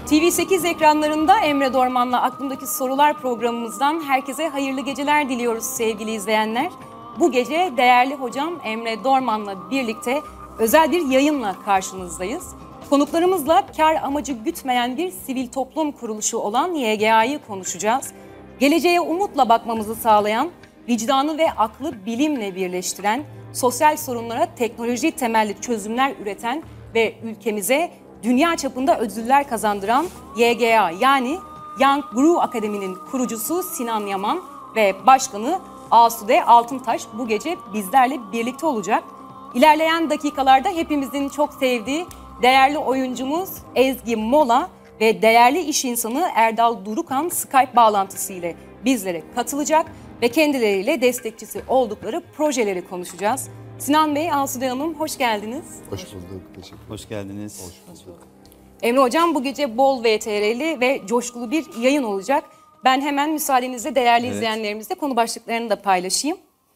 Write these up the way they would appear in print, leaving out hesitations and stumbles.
TV8 ekranlarında Emre Dorman'la Aklımdaki Sorular programımızdan herkese hayırlı geceler diliyoruz sevgili izleyenler. Bu gece değerli hocam Emre Dorman'la birlikte özel bir yayınla karşınızdayız. Konuklarımızla kar amacı gütmeyen bir sivil toplum kuruluşu olan YGA'yı konuşacağız. Geleceğe umutla bakmamızı sağlayan, vicdanı ve aklı bilimle birleştiren, sosyal sorunlara teknoloji temelli çözümler üreten ve ülkemize dünya çapında ödüller kazandıran YGA yani Young Guru Akademi'nin kurucusu Sinan Yaman ve başkanı Asude Altıntaş bu gece bizlerle birlikte olacak. İlerleyen dakikalarda hepimizin çok sevdiği değerli oyuncumuz Ezgi Mola ve değerli iş insanı Erdal Durukan Skype bağlantısı ile bizlere katılacak ve kendileriyle destekçisi oldukları projeleri konuşacağız. Sinan Bey, Asude Hanım hoş geldiniz. Hoş bulduk. Teşekkür. Hoş geldiniz. Hoş bulduk. Emre Hocam bu gece bol VTR'li ve coşkulu bir yayın olacak. Ben hemen müsaadenizle değerli izleyenlerimizle konu başlıklarını da paylaşayım.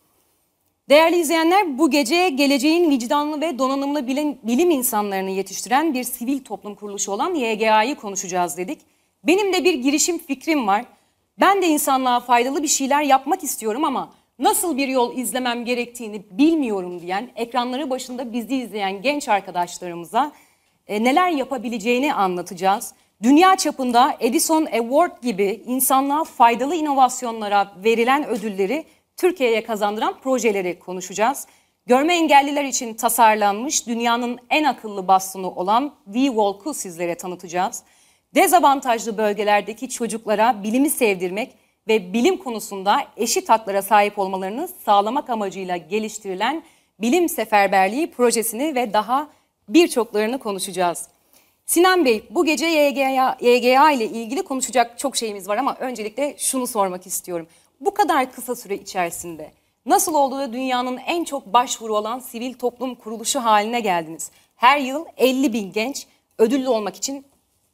Değerli izleyenler, bu gece geleceğin vicdanlı ve donanımlı bilim insanlarını yetiştiren bir sivil toplum kuruluşu olan YGA'yı konuşacağız dedik. Benim de bir girişim fikrim var. Ben de insanlığa faydalı bir şeyler yapmak istiyorum ama nasıl bir yol izlemem gerektiğini bilmiyorum diyen, ekranları başında bizi izleyen genç arkadaşlarımıza neler yapabileceğini anlatacağız. Dünya çapında Edison Award gibi insanlığa faydalı inovasyonlara verilen ödülleri Türkiye'ye kazandıran projeleri konuşacağız. Görme engelliler için tasarlanmış dünyanın en akıllı bastonu olan V-Walk'u sizlere tanıtacağız. Dezavantajlı bölgelerdeki çocuklara bilimi sevdirmek ve bilim konusunda eşit haklara sahip olmalarını sağlamak amacıyla geliştirilen Bilim Seferberliği projesini ve daha birçoklarını konuşacağız. Sinan Bey, bu gece YGA ile ilgili konuşacak çok şeyimiz var ama öncelikle şunu sormak istiyorum. Bu kadar kısa süre içerisinde nasıl oldu da dünyanın en çok başvuru olan sivil toplum kuruluşu haline geldiniz? Her yıl 50 bin genç ödüllü olmak için,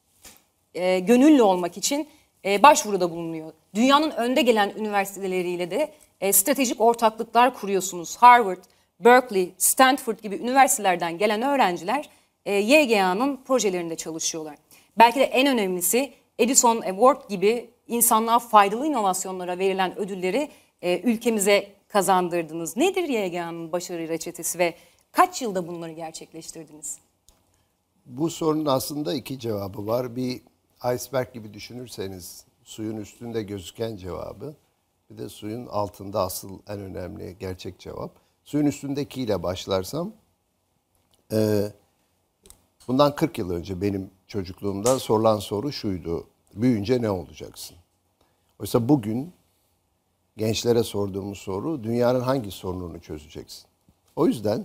gönüllü olmak için başvuruda bulunuyor. Dünyanın önde gelen üniversiteleriyle de stratejik ortaklıklar kuruyorsunuz. Harvard, Berkeley, Stanford gibi üniversitelerden gelen öğrenciler YGA'nın projelerinde çalışıyorlar. Belki de en önemlisi Edison Award gibi insanlığa faydalı inovasyonlara verilen ödülleri ülkemize kazandırdınız. Nedir YGA'nın başarı reçetesi ve kaç yılda bunları gerçekleştirdiniz? Bu sorunun aslında iki cevabı var. Bir iceberg gibi düşünürseniz suyun üstünde gözüken cevabı, bir de suyun altında asıl en önemli gerçek cevap. Suyun üstündekiyle başlarsam, bundan 40 yıl önce benim çocukluğumda sorulan soru şuydu: büyüyünce ne olacaksın? Oysa bugün gençlere sorduğumuz soru, dünyanın hangi sorununu çözeceksin? O yüzden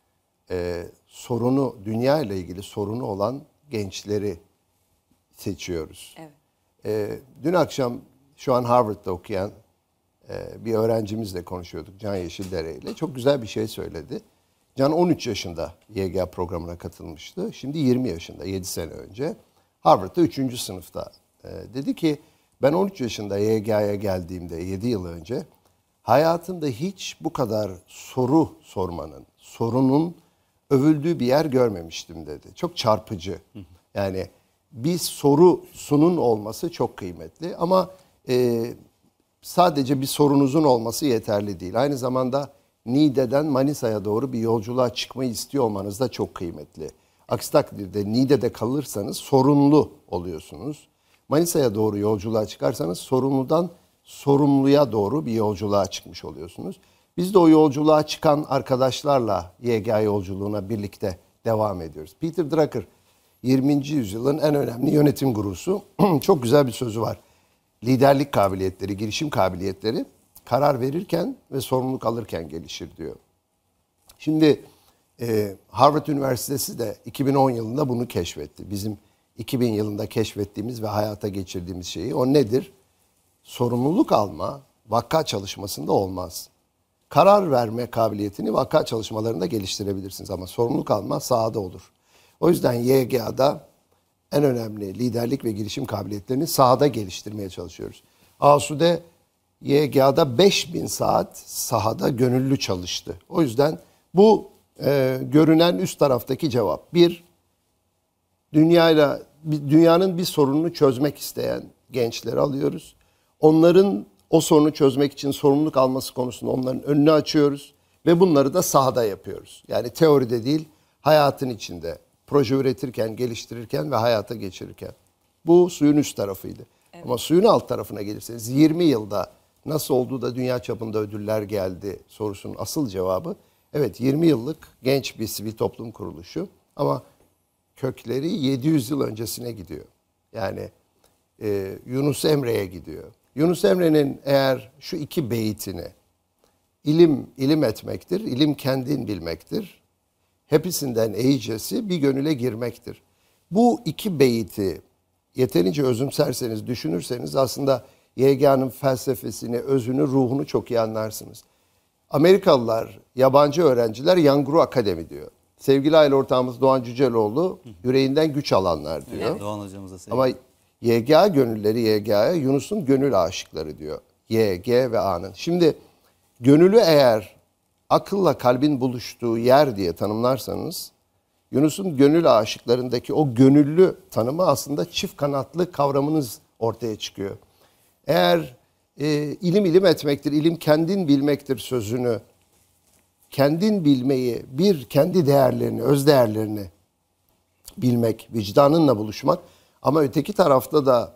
dünya ile ilgili sorunu olan gençleri seçiyoruz. Evet. Dün akşam şu an Harvard'da okuyan bir öğrencimizle konuşuyorduk, Can Yeşildere ile. Çok güzel bir şey söyledi. Can 13 yaşında YGA programına katılmıştı. Şimdi 20 yaşında, 7 sene önce. Harvard'da 3. sınıfta. Dedi ki, ben 13 yaşında YGA'ya geldiğimde 7 yıl önce hayatımda hiç bu kadar soru sormanın, sorunun övüldüğü bir yer görmemiştim dedi. Çok çarpıcı. Yani bir sorusunun olması çok kıymetli ama sadece bir sorunuzun olması yeterli değil. Aynı zamanda Niğde'den Manisa'ya doğru bir yolculuğa çıkmayı istiyor olmanız da çok kıymetli. Aksi takdirde Niğde'de kalırsanız sorumlu oluyorsunuz. Manisa'ya doğru yolculuğa çıkarsanız sorumludan sorumluya doğru bir yolculuğa çıkmış oluyorsunuz. Biz de o yolculuğa çıkan arkadaşlarla YGA yolculuğuna birlikte devam ediyoruz. Peter Drucker, 20. yüzyılın en önemli yönetim gurusu, çok güzel bir sözü var. Liderlik kabiliyetleri, girişim kabiliyetleri karar verirken ve sorumluluk alırken gelişir diyor. Şimdi Harvard Üniversitesi de 2010 yılında bunu keşfetti. Bizim 2000 yılında keşfettiğimiz ve hayata geçirdiğimiz şeyi. O nedir? Sorumluluk alma vaka çalışmasında olmaz. Karar verme kabiliyetini vaka çalışmalarında geliştirebilirsiniz ama sorumluluk alma sahada olur. O yüzden YGA'da en önemli liderlik ve girişim kabiliyetlerini sahada geliştirmeye çalışıyoruz. Asude YGA'da 5000 saat sahada gönüllü çalıştı. O yüzden bu görünen üst taraftaki cevap. Bir, dünyayla dünyanın bir sorununu çözmek isteyen gençleri alıyoruz. Onların o sorunu çözmek için sorumluluk alması konusunda onların önünü açıyoruz. Ve bunları da sahada yapıyoruz. Yani teoride değil, hayatın içinde. Proje üretirken, geliştirirken ve hayata geçirirken. Bu suyun üst tarafıydı. Evet. Ama suyun alt tarafına gelirseniz 20 yılda nasıl olduğu da dünya çapında ödüller geldi sorusunun asıl cevabı. Evet, 20 yıllık genç bir sivil toplum kuruluşu ama kökleri 700 yıl öncesine gidiyor. Yani Yunus Emre'ye gidiyor. Yunus Emre'nin eğer şu iki beytini, ilim etmektir, ilim kendin bilmektir, hepsinden iyicesi bir gönüle girmektir. Bu iki beyti yeterince özümserseniz, düşünürseniz aslında YGA'nın felsefesini, özünü, ruhunu çok iyi anlarsınız. Amerikalılar, yabancı öğrenciler Yanguru Akademi diyor. Sevgili aile ortağımız Doğan Cüceloğlu yüreğinden güç alanlar diyor. Evet, Doğan hocamıza sevgi. Ama YGA gönülleri YGA'ya Yunus'un gönül aşıkları diyor. Y, G ve A'nın. Şimdi gönülü eğer akılla kalbin buluştuğu yer diye tanımlarsanız Yunus'un gönül aşıklarındaki o gönüllü tanımı aslında çift kanatlı kavramınız ortaya çıkıyor. Eğer ilim etmektir, ilim kendin bilmektir sözünü, kendin bilmeyi, bir kendi değerlerini, öz değerlerini bilmek, vicdanınla buluşmak ama öteki tarafta da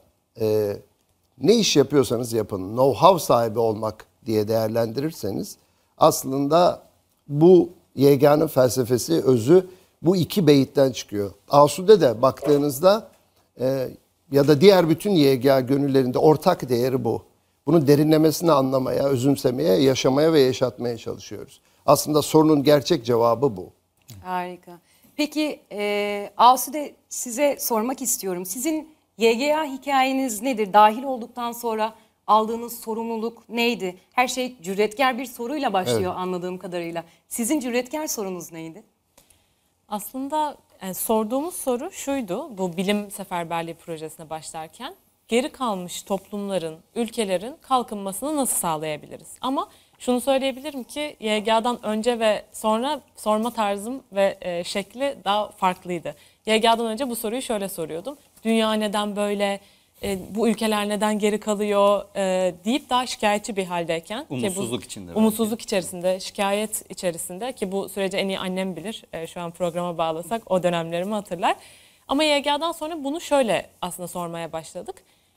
ne iş yapıyorsanız yapın, know-how sahibi olmak diye değerlendirirseniz aslında bu YGA'nın felsefesi, özü bu iki beyitten çıkıyor. Asude de baktığınızda ya da diğer bütün YGA gönüllerinde ortak değeri bu. Bunun derinlemesine anlamaya, özümsemeye, yaşamaya ve yaşatmaya çalışıyoruz. Aslında sorunun gerçek cevabı bu. Harika. Peki Asude, size sormak istiyorum. Sizin YGA hikayeniz nedir? Dahil olduktan sonra aldığınız sorumluluk neydi? Her şey cüretkar bir soruyla başlıyor, evet, anladığım kadarıyla. Sizin cüretkar sorunuz neydi? Aslında sorduğumuz soru şuydu, bu bilim seferberliği projesine başlarken. Geri kalmış toplumların, ülkelerin kalkınmasını nasıl sağlayabiliriz? Ama şunu söyleyebilirim ki YGA'dan önce ve sonra sorma tarzım ve şekli daha farklıydı. YGA'dan önce bu soruyu şöyle soruyordum. Dünya neden böyle, bu ülkeler neden geri kalıyor deyip daha şikayetçi bir haldeyken. Umutsuzluk içinde. Umutsuzluk içerisinde, şikayet içerisinde ki bu süreci en iyi annem bilir. Şu an programa bağlasak o dönemlerimi hatırlar. Ama YGA'dan sonra bunu şöyle aslında sormaya başladık.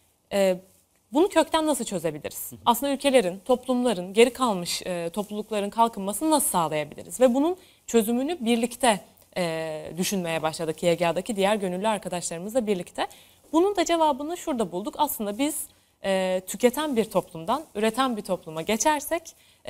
Bunu kökten nasıl çözebiliriz? Aslında ülkelerin, toplumların, geri kalmış toplulukların kalkınmasını nasıl sağlayabiliriz? Ve bunun çözümünü birlikte düşünmeye başladık YGA'daki diğer gönüllü arkadaşlarımızla birlikte. Bunun da cevabını şurada bulduk. Aslında biz tüketen bir toplumdan üreten bir topluma geçersek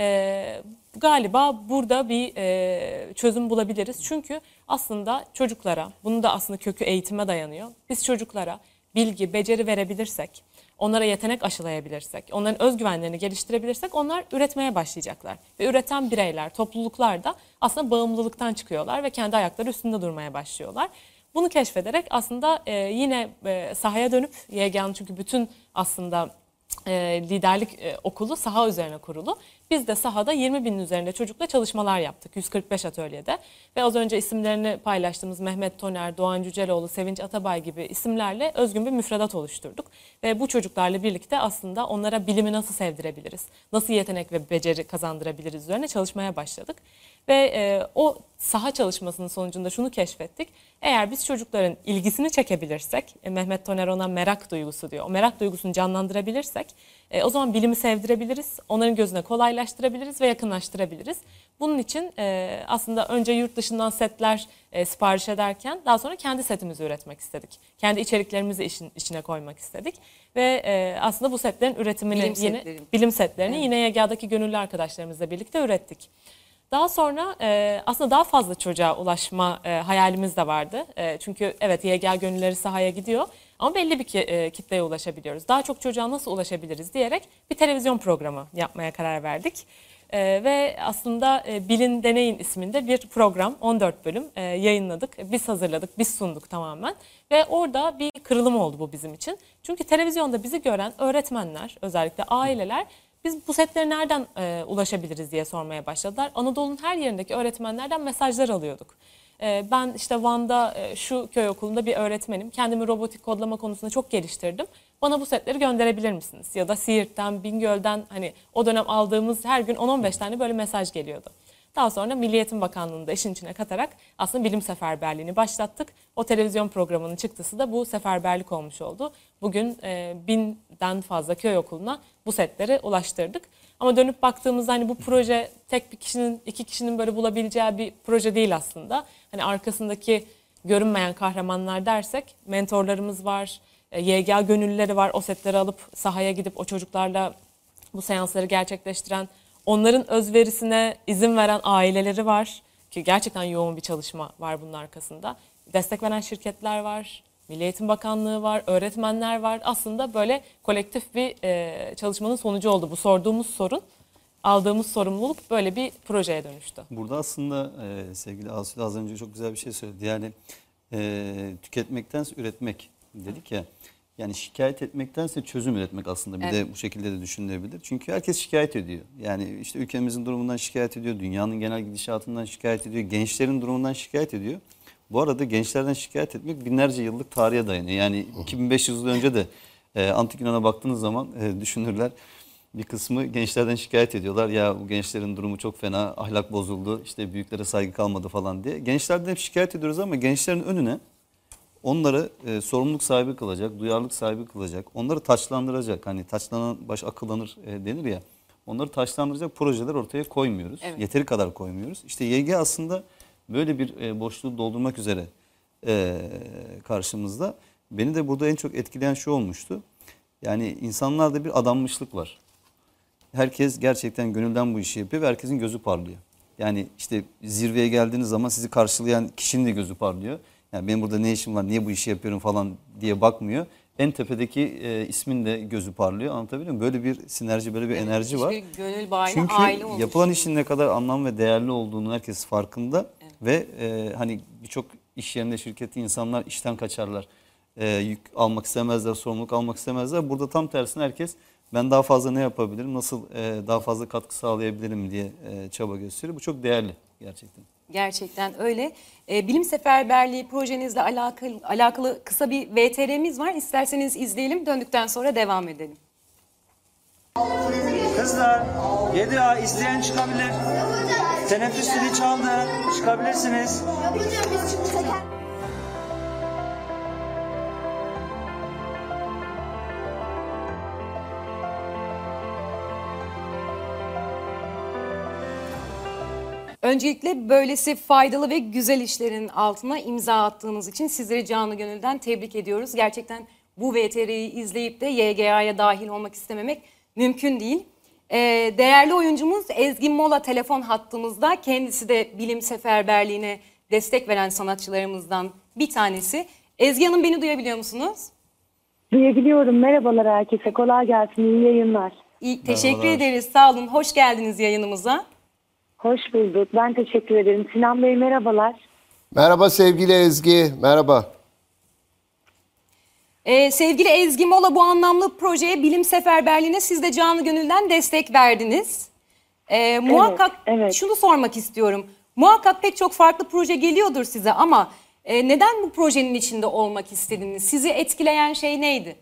galiba burada bir çözüm bulabiliriz. Çünkü aslında çocuklara, bunun da aslında kökü eğitime dayanıyor. Biz çocuklara bilgi, beceri verebilirsek, onlara yetenek aşılayabilirsek, onların özgüvenlerini geliştirebilirsek onlar üretmeye başlayacaklar. Ve üreten bireyler, topluluklar da aslında bağımlılıktan çıkıyorlar ve kendi ayakları üstünde durmaya başlıyorlar. Bunu keşfederek aslında yine sahaya dönüp YGA'nın çünkü bütün aslında liderlik okulu saha üzerine kurulu. Biz de sahada 20 binin üzerinde çocukla çalışmalar yaptık 145 atölyede. Ve az önce isimlerini paylaştığımız Mehmet Toner, Doğan Cüceloğlu, Sevinç Atabay gibi isimlerle özgün bir müfredat oluşturduk. Ve bu çocuklarla birlikte aslında onlara bilimi nasıl sevdirebiliriz, nasıl yetenek ve beceri kazandırabiliriz üzerine çalışmaya başladık. Ve o saha çalışmasının sonucunda şunu keşfettik. Eğer biz çocukların ilgisini çekebilirsek, Mehmet Toner ona merak duygusu diyor. O merak duygusunu canlandırabilirsek o zaman bilimi sevdirebiliriz. Onların gözüne kolaylaştırabiliriz ve yakınlaştırabiliriz. Bunun için aslında önce yurt dışından setler sipariş ederken daha sonra kendi setimizi üretmek istedik. Kendi içeriklerimizi içine koymak istedik. Ve aslında bu setlerin üretimini, bilim setlerini evet, yine YGA'daki gönüllü arkadaşlarımızla birlikte ürettik. Daha sonra aslında daha fazla çocuğa ulaşma hayalimiz de vardı. Çünkü evet YGA gönülleri sahaya gidiyor ama belli bir kitleye ulaşabiliyoruz. Daha çok çocuğa nasıl ulaşabiliriz diyerek bir televizyon programı yapmaya karar verdik. Ve aslında Bilin Deneyin isminde bir program 14 bölüm yayınladık. Biz hazırladık, biz sunduk tamamen. Ve orada bir kırılım oldu bu bizim için. Çünkü televizyonda bizi gören öğretmenler, özellikle aileler, biz bu setlere nereden ulaşabiliriz diye sormaya başladılar. Anadolu'nun her yerindeki öğretmenlerden mesajlar alıyorduk. Ben işte Van'da şu köy okulunda bir öğretmenim. Kendimi robotik kodlama konusunda çok geliştirdim. Bana bu setleri gönderebilir misiniz? Ya da Siirt'ten, Bingöl'den hani o dönem aldığımız her gün 10-15 tane böyle mesaj geliyordu. Daha sonra Milli Eğitim Bakanlığı'nı da işin içine katarak aslında bilim seferberliğini başlattık. O televizyon programının çıktısı da bu seferberlik olmuş oldu. Bugün 1000'den fazla köy okuluna bu setleri ulaştırdık. Ama dönüp baktığımızda hani bu proje tek bir kişinin, iki kişinin böyle bulabileceği bir proje değil aslında. Hani arkasındaki görünmeyen kahramanlar dersek mentorlarımız var, YGA gönüllüleri var. O setleri alıp sahaya gidip o çocuklarla bu seansları gerçekleştiren, onların özverisine izin veren aileleri var. Ki gerçekten yoğun bir çalışma var bunun arkasında. Destek veren şirketler var, Milli Eğitim Bakanlığı var, öğretmenler var. Aslında böyle kolektif bir çalışmanın sonucu oldu. Bu sorduğumuz sorun, aldığımız sorumluluk böyle bir projeye dönüştü. Burada aslında sevgili Aslı az önce çok güzel bir şey söyledi. Yani tüketmektense üretmek dedik ya. Yani şikayet etmektense çözüm üretmek aslında bir de bu şekilde de düşünülebilir. Çünkü herkes şikayet ediyor. Yani işte ülkemizin durumundan şikayet ediyor, dünyanın genel gidişatından şikayet ediyor, gençlerin durumundan şikayet ediyor. Bu arada gençlerden şikayet etmek binlerce yıllık tarihe dayanıyor. Yani 2500 yıl önce de Antik Yunan'a baktığınız zaman düşünürler. Bir kısmı gençlerden şikayet ediyorlar. Ya bu gençlerin durumu çok fena, ahlak bozuldu, işte büyüklere saygı kalmadı falan diye. Gençlerden hep şikayet ediyoruz ama gençlerin önüne onları sorumluluk sahibi kılacak, duyarlılık sahibi kılacak, onları taçlandıracak. Hani taçlanan baş akıllanır denir ya. Onları taçlandıracak projeler ortaya koymuyoruz. Evet. Yeteri kadar koymuyoruz. İşte YG aslında böyle bir boşluğu doldurmak üzere karşımızda. Beni de burada en çok etkileyen şu olmuştu. Yani insanlarda bir adanmışlık var. Herkes gerçekten gönülden bu işi yapıyor ve herkesin gözü parlıyor. Yani işte zirveye geldiğiniz zaman sizi karşılayan kişinin de gözü parlıyor. Yani benim burada ne işim var, niye bu işi yapıyorum falan diye bakmıyor. En tepedeki ismin de gözü parlıyor. Anlatabiliyor muyum? Böyle bir sinerji, böyle bir enerji var. Hiçbir gönül bağıyla Çünkü aile olmuş. yapılan işin ne kadar anlam ve değerli olduğunu herkes farkında. Ve hani birçok iş yerinde, şirkette insanlar işten kaçarlar. Yük almak istemezler, sorumluluk almak istemezler. Burada tam tersine herkes ben daha fazla ne yapabilirim, nasıl daha fazla katkı sağlayabilirim diye çaba gösteriyor. Bu çok değerli gerçekten. Gerçekten öyle. Bilim Seferberliği projenizle alakalı kısa bir VTR'miz var. İsterseniz izleyelim. Döndükten sonra devam edelim. Kızlar 7A isteyen çıkabilir. Teneffüs zili çaldı. Çıkabilirsiniz. Öncelikle böylesi faydalı ve güzel işlerin altına imza attığınız için sizleri canı gönülden tebrik ediyoruz. Gerçekten bu VTR'yi izleyip de YGA'ya dahil olmak istememek mümkün değil. Değerli oyuncumuz Ezgi Mola telefon hattımızda. Kendisi de bilim seferberliğine destek veren sanatçılarımızdan bir tanesi. Ezgi Hanım, beni duyabiliyor musunuz? Duyabiliyorum. Merhabalar herkese. Kolay gelsin. İyi yayınlar. Teşekkür ederiz. Sağ olun. Hoş geldiniz yayınımıza. Hoş bulduk. Ben teşekkür ederim. Sinan Bey merhabalar. Merhaba sevgili Ezgi, merhaba. Sevgili Ezgi Mola, bu anlamlı projeye Bilim Seferberliği'ne siz de canı gönülden destek verdiniz. Muhakkak evet. şunu sormak istiyorum. Muhakkak pek çok farklı proje geliyordur size ama neden bu projenin içinde olmak istediniz? Sizi etkileyen şey neydi?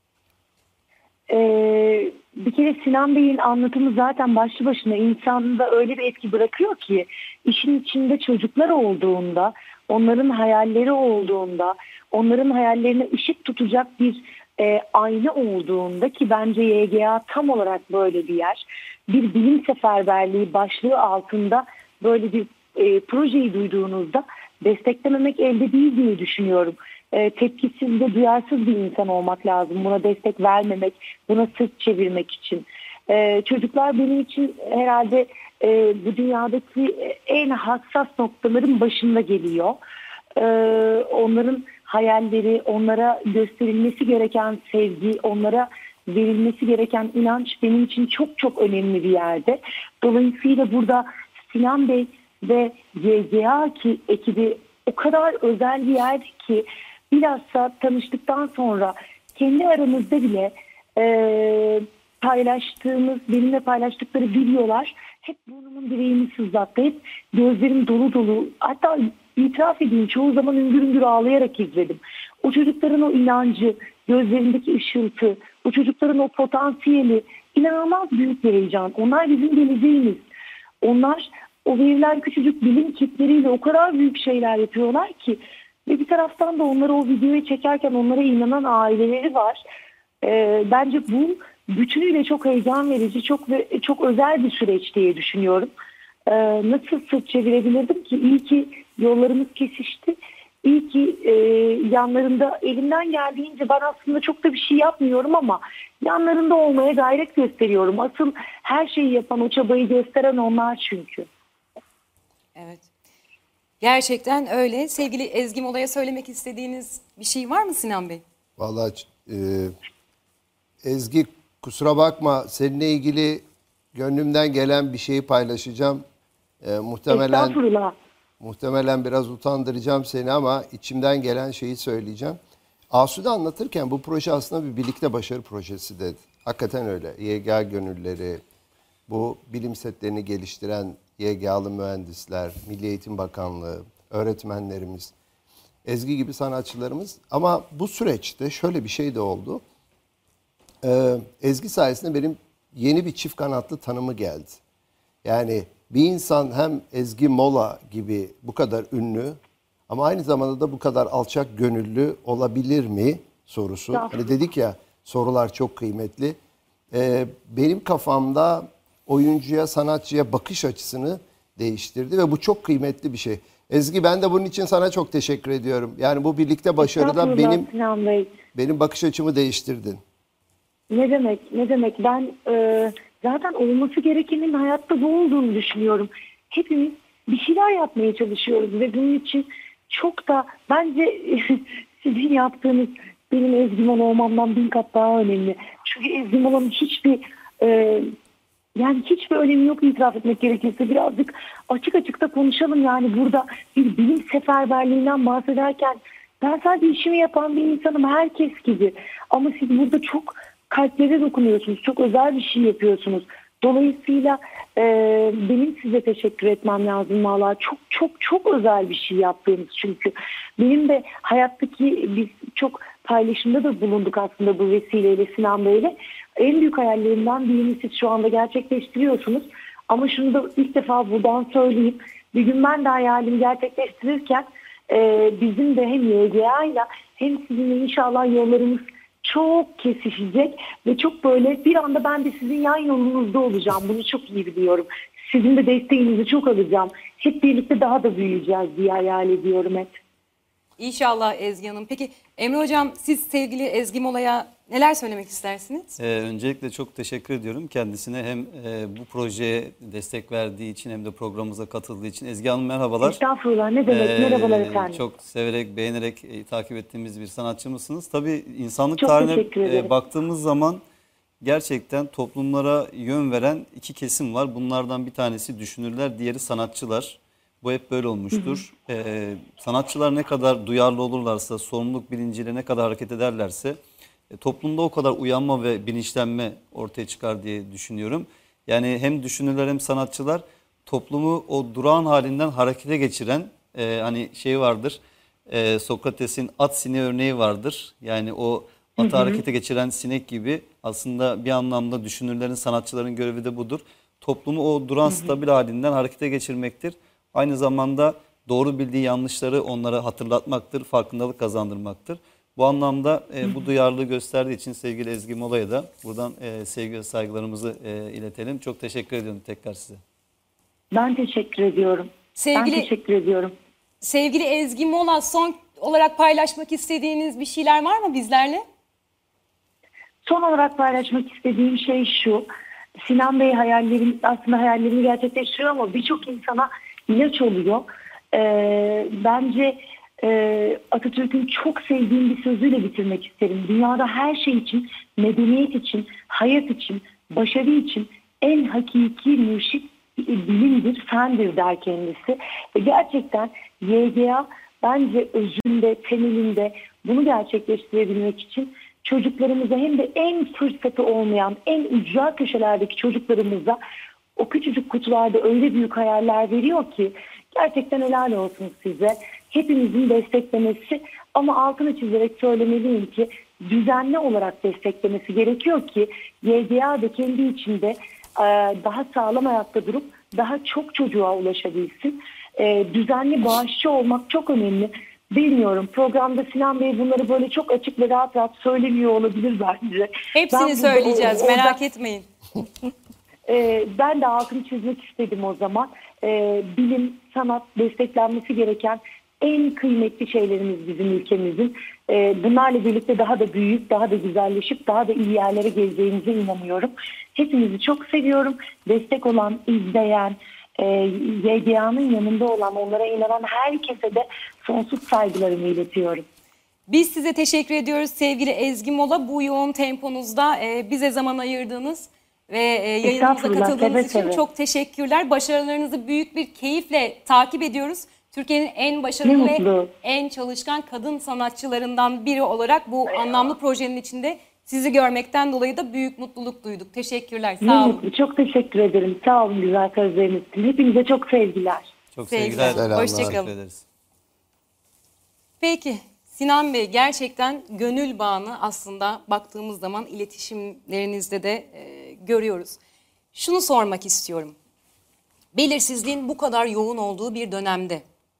Bir kere Sinan Bey'in anlatımı zaten başlı başına insanda öyle bir etki bırakıyor ki işin içinde çocuklar olduğunda, onların hayalleri olduğunda, onların hayallerine ışık tutacak bir ayna olduğunda, ki bence YGA tam olarak böyle bir yer. Bir bilim seferberliği başlığı altında böyle bir projeyi duyduğunuzda desteklememek elde değil diye düşünüyorum. Tepkisiz ve duyarsız bir insan olmak lazım. Buna destek vermemek, buna sırt çevirmek için. Çocuklar benim için herhalde bu dünyadaki en hassas noktaların başında geliyor. Onların hayalleri, onlara gösterilmesi gereken sevgi, onlara verilmesi gereken inanç benim için çok çok önemli bir yerde. Dolayısıyla burada Sinan Bey ve YGA ekibi o kadar özel bir yer ki bilhassa tanıştıktan sonra kendi aramızda bile benimle paylaştıkları videolar hep burnumun direğini sızlattı. Hep gözlerim dolu dolu. Hatta itiraf edeyim, çoğu zaman üngür üngür ağlayarak izledim. O çocukların o inancı, gözlerindeki ışıltı, o çocukların o potansiyeli inanılmaz büyük bir heyecan. Onlar bizim geleceğimiz. Onlar o verilen küçücük bilim kitleriyle o kadar büyük şeyler yapıyorlar ki, ve bir taraftan da onları o videoyu çekerken onlara inanan aileleri var. Bence bu bütünüyle çok heyecan verici, çok özel bir süreç diye düşünüyorum. Nasıl sırt çevirebilirdim ki? İyi ki yollarımız kesişti. İyi ki yanlarında elimden geldiğince, ben aslında çok da bir şey yapmıyorum ama yanlarında olmaya gayret gösteriyorum. Asıl her şeyi yapan, o çabayı gösteren onlar çünkü. Evet. Gerçekten öyle. Sevgili Ezgi Mola'ya söylemek istediğiniz bir şey var mı Sinan Bey? Vallahi Ezgi, kusura bakma, seninle ilgili gönlümden gelen bir şeyi paylaşacağım. Estağfurullah. Muhtemelen biraz utandıracağım seni ama içimden gelen şeyi söyleyeceğim. Asude anlatırken bu proje aslında bir birlikte başarı projesi dedi. Hakikaten öyle. YGA gönülleri, bu bilim setlerini geliştiren YGA'lı mühendisler, Milli Eğitim Bakanlığı, öğretmenlerimiz, Ezgi gibi sanatçılarımız. Ama bu süreçte şöyle bir şey de oldu. Ezgi sayesinde benim yeni bir çift kanatlı tanımı geldi. Yani bir insan hem Ezgi Mola gibi bu kadar ünlü ama aynı zamanda da bu kadar alçak gönüllü olabilir mi sorusu. Hani dedik ya, sorular çok kıymetli. Benim kafamda oyuncuya, sanatçıya bakış açısını değiştirdi ve bu çok kıymetli bir şey. Ezgi, ben de bunun için sana çok teşekkür ediyorum. Yani bu birlikte başarıda benim bakış açımı değiştirdin. Ne demek, ne demek. Ben zaten olması gerekenin hayatta bu olduğunu düşünüyorum. Hepimiz bir şeyler yapmaya çalışıyoruz ve bunun için çok da bence sizin yaptığınız benim Ezgi Mola olmamdan 1000 kat daha önemli. Çünkü Ezgi Mola'nın hiçbir önemi yok, itiraf etmek gerekirse. Birazcık açık açık da konuşalım. Yani burada bir bilim seferberliğinden bahsederken ben sadece işimi yapan bir insanım, herkes gibi. Ama siz burada çok kalplere dokunuyorsunuz. Çok özel bir şey yapıyorsunuz. Dolayısıyla benim size teşekkür etmem lazım valla. Çok çok çok özel bir şey yaptığınız çünkü. Benim de hayattaki, biz çok paylaşımda da bulunduk aslında bu vesileyle Sinan Bey'le. En büyük hayallerimden birini siz şu anda gerçekleştiriyorsunuz. Ama şunu da ilk defa buradan söyleyeyim. Bir gün ben de hayalimi gerçekleştirirken bizim de hem YGA'yla hem sizinle inşallah yollarımız çok kesişecek ve çok böyle bir anda ben de sizin yan yolunuzda olacağım. Bunu çok iyi biliyorum. Sizin de desteğinizi çok alacağım. Hep birlikte daha da büyüyeceğiz diye hayal ediyorum hep. İnşallah Ezgi Hanım. Peki Emre Hocam, siz sevgili Ezgi Mola'ya neler söylemek istersiniz? Öncelikle çok teşekkür ediyorum kendisine, hem bu projeye destek verdiği için hem de programımıza katıldığı için. Ezgi Hanım merhabalar. Estağfurullah, ne demek, merhabalar efendim. Çok severek, beğenerek takip ettiğimiz bir sanatçımızsınız. Tabii insanlık Çok tarihine baktığımız zaman gerçekten toplumlara yön veren iki kesim var. Bunlardan bir tanesi düşünürler, diğeri sanatçılar. Bu hep böyle olmuştur. Sanatçılar ne kadar duyarlı olurlarsa, sorumluluk bilinciyle ne kadar hareket ederlerse toplumda o kadar uyanma ve bilinçlenme ortaya çıkar diye düşünüyorum. Yani hem düşünürler hem sanatçılar toplumu o durağan halinden harekete geçiren, hani şey vardır, Sokrates'in at sineği örneği vardır. Yani o atı harekete geçiren sinek gibi aslında bir anlamda düşünürlerin, sanatçıların görevi de budur. Toplumu o duran stabil halinden harekete geçirmektir. Aynı zamanda doğru bildiği yanlışları onlara hatırlatmaktır, farkındalık kazandırmaktır. Bu anlamda bu duyarlılığı gösterdiği için sevgili Ezgi Mola'ya da buradan sevgi ve saygılarımızı iletelim. Çok teşekkür ediyorum tekrar size. Ben teşekkür ediyorum. Ben teşekkür ediyorum. Sevgili Ezgi Mola, son olarak paylaşmak istediğiniz bir şeyler var mı bizlerle? Son olarak paylaşmak istediğim şey şu. Sinan Bey hayallerini gerçekleştiriyor ama birçok insana ilaç oluyor. Bence Atatürk'ün çok sevdiğim bir sözüyle bitirmek isterim. Dünyada her şey için, medeniyet için, hayat için, başarı için en hakiki mürşit bilimdir, fendir der kendisi. Ve gerçekten YGA bence özünde, temelinde bunu gerçekleştirebilmek için çocuklarımıza, hem de en fırsatı olmayan, en ücra köşelerdeki çocuklarımıza o küçücük kutularda öyle büyük hayaller veriyor ki Gerçekten helal olsun size. Hepimizin desteklemesi ama altını çizerek söylemeliyim ki düzenli olarak desteklemesi gerekiyor ki YGA da kendi içinde daha sağlam ayakta durup daha çok çocuğa ulaşabilsin. Düzenli bağışçı olmak çok önemli. Bilmiyorum, programda Sinan Bey bunları böyle çok açık ve rahat rahat söylemiyor olabilir bence. Hepsini söyleyeceğiz, merak etmeyin. Ben de altını çizmek istedim o zaman. Bilim, sanat desteklenmesi gereken en kıymetli şeylerimiz bizim ülkemizin. Bunlarla birlikte daha da büyüyüp, daha da güzelleşip, daha da iyi yerlere geleceğimize inanıyorum. Hepinizi çok seviyorum. Destek olan, izleyen, YGA'nın yanında olan, onlara inanan herkese de sonsuz saygılarımı iletiyorum. Biz size teşekkür ediyoruz sevgili Ezgi Mola. Bu yoğun temponuzda bize zaman ayırdığınız ve yayınımıza Estağfurullah, katıldığınız için seve. çok teşekkürler. Başarılarınızı büyük bir keyifle takip ediyoruz. Türkiye'nin en Ne başarılı mutlu. ve en çalışkan kadın sanatçılarından biri olarak bu anlamlı projenin içinde sizi görmekten dolayı da büyük mutluluk duyduk. Teşekkürler. Ne Sağ olun. mutlu, çok teşekkür ederim. Sağ olun güzel sözleriniz için. Hepinize çok sevgiler. Çok Sevgiler. sevgiler. Selamlar. Hoşça kalın. Teşekkür ederiz. Peki Sinan Bey, gerçekten gönül bağını aslında baktığımız zaman iletişimlerinizde de görüyoruz. Şunu sormak istiyorum. Belirsizliğin bu kadar yoğun olduğu bir dönemde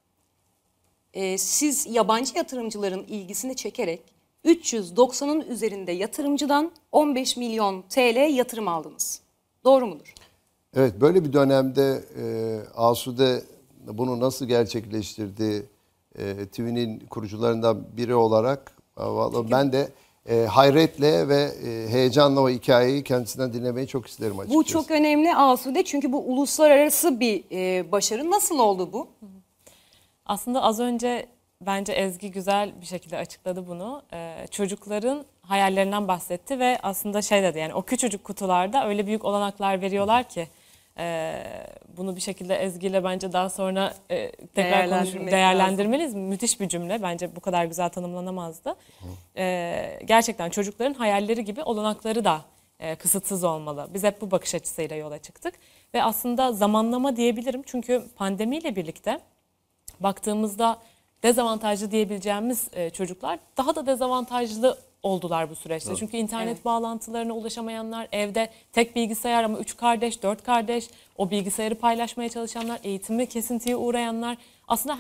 siz yabancı yatırımcıların ilgisini çekerek 390'ın üzerinde yatırımcıdan 15 milyon TL yatırım aldınız. Doğru mudur? Evet, böyle bir dönemde Asude bunu nasıl gerçekleştirdi? TV'nin kurucularından biri olarak vallahi ben de hayretle ve heyecanla o hikayeyi kendisinden dinlemeyi çok isterim açıkçası. Bu çok önemli Asude, çünkü bu uluslararası bir başarı. Nasıl oldu bu? Aslında az önce bence Ezgi güzel bir şekilde açıkladı bunu. Çocukların hayallerinden bahsetti ve aslında şey dedi, yani o küçücük kutularda öyle büyük olanaklar veriyorlar ki bunu bir şekilde Ezgi ile bence daha sonra tekrar değerlendirmeliyiz. Müthiş bir cümle, bence bu kadar güzel tanımlanamazdı. Gerçekten çocukların hayalleri gibi olanakları da kısıtsız olmalı. Biz hep bu bakış açısıyla yola çıktık ve aslında zamanlama diyebilirim, çünkü pandemiyle birlikte baktığımızda dezavantajlı diyebileceğimiz çocuklar daha da dezavantajlı oldular bu süreçte. Evet. Çünkü internet bağlantılarına ulaşamayanlar, evde tek bilgisayar ama 3 kardeş, 4 kardeş, o bilgisayarı paylaşmaya çalışanlar, eğitimi kesintiye uğrayanlar. Aslında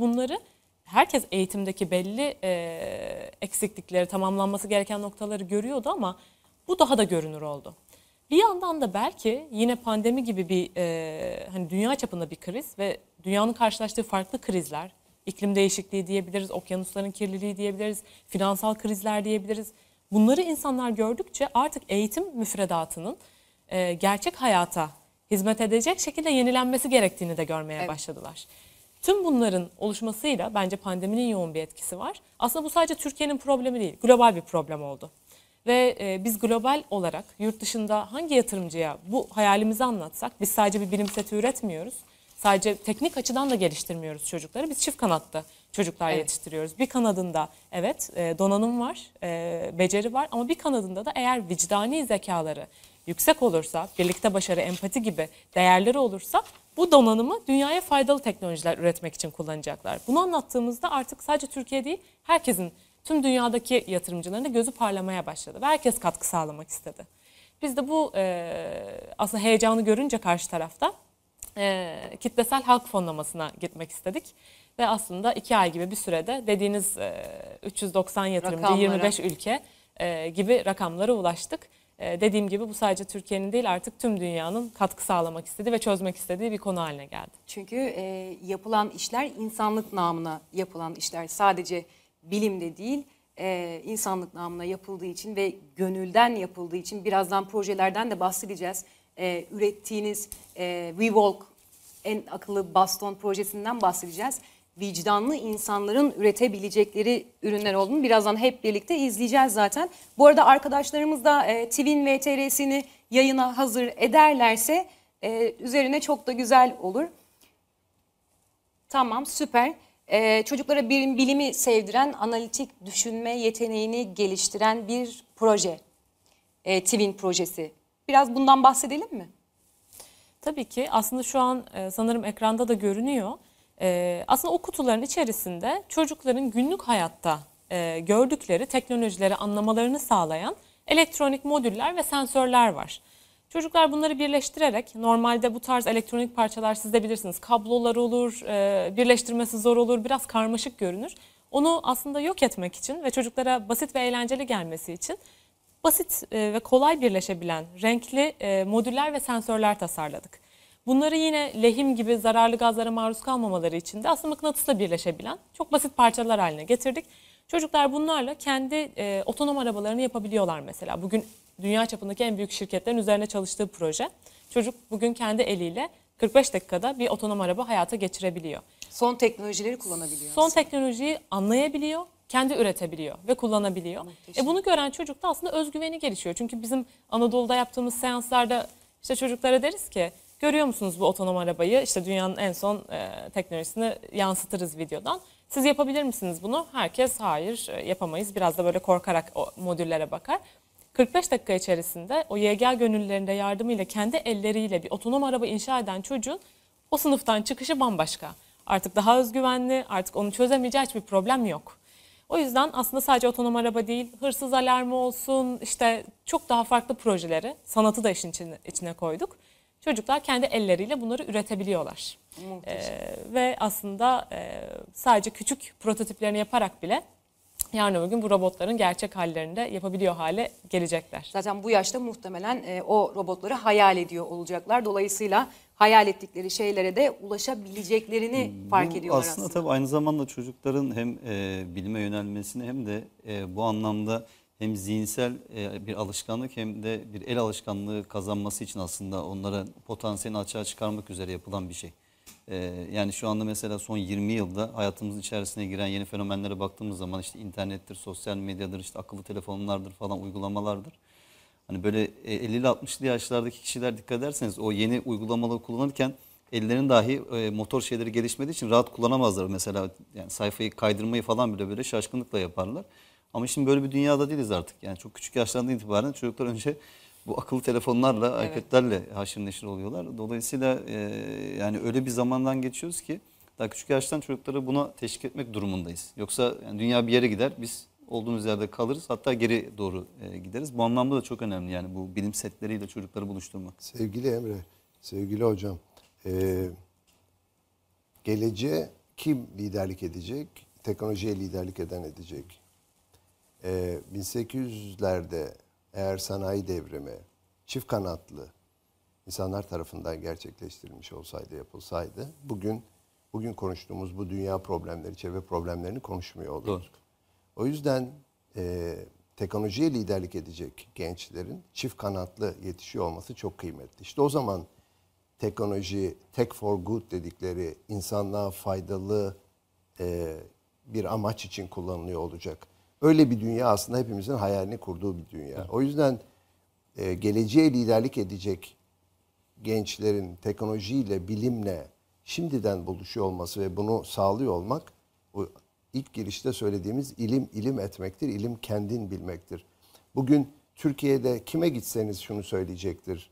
herkes eğitimdeki belli eksiklikleri, tamamlanması gereken noktaları görüyordu ama bu daha da görünür oldu. Bir yandan da belki yine pandemi gibi bir hani dünya çapında bir kriz ve dünyanın karşılaştığı farklı krizler, iklim değişikliği diyebiliriz, okyanusların kirliliği diyebiliriz, finansal krizler diyebiliriz. Bunları insanlar gördükçe artık eğitim müfredatının gerçek hayata hizmet edecek şekilde yenilenmesi gerektiğini de görmeye başladılar. Tüm bunların oluşmasıyla bence pandeminin yoğun bir etkisi var. Aslında bu sadece Türkiye'nin problemi değil, global bir problem oldu. Ve biz global olarak yurt dışında hangi yatırımcıya bu hayalimizi anlatsak, biz sadece bir bilim seti üretmiyoruz. Sadece teknik açıdan da geliştirmiyoruz çocukları. Biz çift kanatlı çocuklar yetiştiriyoruz. Bir kanadında donanım var, beceri var ama bir kanadında da eğer vicdani zekaları yüksek olursa, birlikte başarı, empati gibi değerleri olursa bu donanımı dünyaya faydalı teknolojiler üretmek için kullanacaklar. Bunu anlattığımızda artık sadece Türkiye değil, herkesin, tüm dünyadaki yatırımcıların da gözü parlamaya başladı ve herkes katkı sağlamak istedi. Biz de bu aslında heyecanı görünce karşı tarafta kitlesel halk fonlamasına gitmek istedik. Ve aslında 2 ay gibi bir sürede dediğiniz 390 yatırımcı, rakamlara, 25 ülke gibi rakamlara ulaştık. Dediğim gibi bu sadece Türkiye'nin değil, artık tüm dünyanın katkı sağlamak istediği ve çözmek istediği bir konu haline geldi. Çünkü yapılan işler insanlık namına yapılan işler. Sadece bilimde değil, insanlık namına yapıldığı için ve gönülden yapıldığı için, birazdan projelerden de bahsedeceğiz. Ürettiğiniz WeWalk, en akıllı baston projesinden bahsedeceğiz. Vicdanlı insanların üretebilecekleri ürünler olduğunu birazdan hep birlikte izleyeceğiz zaten. Bu arada arkadaşlarımız da TV'nin VTR'sini yayına hazır ederlerse üzerine çok da güzel olur. Tamam, süper. Çocuklara bilimi sevdiren, analitik düşünme yeteneğini geliştiren bir proje. TV'nin projesi. Biraz bundan bahsedelim mi? Tabii ki aslında şu an sanırım ekranda da görünüyor. Aslında o kutuların içerisinde çocukların günlük hayatta gördükleri teknolojileri anlamalarını sağlayan elektronik modüller ve sensörler var. Çocuklar bunları birleştirerek, normalde bu tarz elektronik parçalar siz de bilirsiniz, kablolar olur, birleştirmesi zor olur, biraz karmaşık görünür. Onu aslında yok etmek için ve çocuklara basit ve eğlenceli gelmesi için basit ve kolay birleşebilen renkli modüller ve sensörler tasarladık. Bunları yine lehim gibi zararlı gazlara maruz kalmamaları için de aslında mıknatısla birleşebilen çok basit parçalar haline getirdik. Çocuklar bunlarla kendi otonom arabalarını yapabiliyorlar mesela. Bugün dünya çapındaki en büyük şirketlerin üzerine çalıştığı proje. Çocuk bugün kendi eliyle 45 dakikada bir otonom araba hayata geçirebiliyor. Son teknolojileri kullanabiliyor. Son teknolojiyi anlayabiliyor, kendi üretebiliyor ve kullanabiliyor. Bunu gören çocukta aslında özgüveni gelişiyor. Çünkü bizim Anadolu'da yaptığımız seanslarda işte çocuklara deriz ki, görüyor musunuz bu otonom arabayı? İşte dünyanın en son teknolojisini yansıtırız videodan. Siz yapabilir misiniz bunu? Herkes hayır yapamayız. Biraz da böyle korkarak o modüllere bakar. 45 dakika içerisinde o YGL gönüllülerinde yardımıyla kendi elleriyle bir otonom araba inşa eden çocuğun o sınıftan çıkışı bambaşka. Artık daha özgüvenli, artık onu çözemeyeceği hiçbir problem yok. O yüzden aslında sadece otonom araba değil, hırsız alarmı olsun, işte çok daha farklı projeleri, sanatı da işin içine koyduk. Çocuklar kendi elleriyle bunları üretebiliyorlar. Ve aslında sadece küçük prototiplerini yaparak bile yarın öbür gün bu robotların gerçek hallerini de yapabiliyor hale gelecekler. Zaten bu yaşta muhtemelen o robotları hayal ediyor olacaklar. Dolayısıyla hayal ettikleri şeylere de ulaşabileceklerini fark ediyorlar aslında. Aslında tabii aynı zamanda çocukların hem bilime yönelmesini hem de bu anlamda hem zihinsel bir alışkanlık hem de bir el alışkanlığı kazanması için aslında onların potansiyelini açığa çıkarmak üzere yapılan bir şey. Yani şu anda mesela son 20 yılda hayatımızın içerisine giren yeni fenomenlere baktığımız zaman işte internettir, sosyal medyadır, işte akıllı telefonlardır falan, uygulamalardır. Hani böyle 50'li 60'lı yaşlardaki kişiler dikkat ederseniz o yeni uygulamaları kullanırken ellerin dahi motor şeyleri gelişmediği için rahat kullanamazlar. Mesela yani sayfayı kaydırmayı falan bile böyle şaşkınlıkla yaparlar. Ama şimdi böyle bir dünyada değiliz artık. Yani çok küçük yaşlardan itibaren çocuklar önce bu akıllı telefonlarla, iPad'lerle haşır neşir oluyorlar. Dolayısıyla yani öyle bir zamandan geçiyoruz ki daha küçük yaştan çocukları buna teşvik etmek durumundayız. Yoksa yani dünya bir yere gider, biz olduğumuz yerde kalırız, hatta geri doğru gideriz. Bu anlamda da çok önemli yani bu bilim setleriyle çocukları buluşturmak. Sevgili Emre, sevgili hocam, geleceğe kim liderlik edecek? Teknolojiye liderlik eden edecek. 1800'lerde eğer sanayi devrimi çift kanatlı insanlar tarafından gerçekleştirilmiş olsaydı, yapılsaydı bugün konuştuğumuz bu dünya problemleri, çevre problemlerini konuşmuyor olurduk. Doğru. O yüzden teknolojiye liderlik edecek gençlerin çift kanatlı yetişiyor olması çok kıymetli. İşte o zaman teknoloji, tech for good dedikleri insanlığa faydalı bir amaç için kullanılıyor olacak. Öyle bir dünya aslında hepimizin hayalini kurduğu bir dünya. Evet. O yüzden geleceğe liderlik edecek gençlerin teknolojiyle, bilimle şimdiden buluşuyor olması ve bunu sağlıyor olmak, bu ilk girişte söylediğimiz ilim etmektir, ilim kendin bilmektir. Bugün Türkiye'de kime gitseniz şunu söyleyecektir.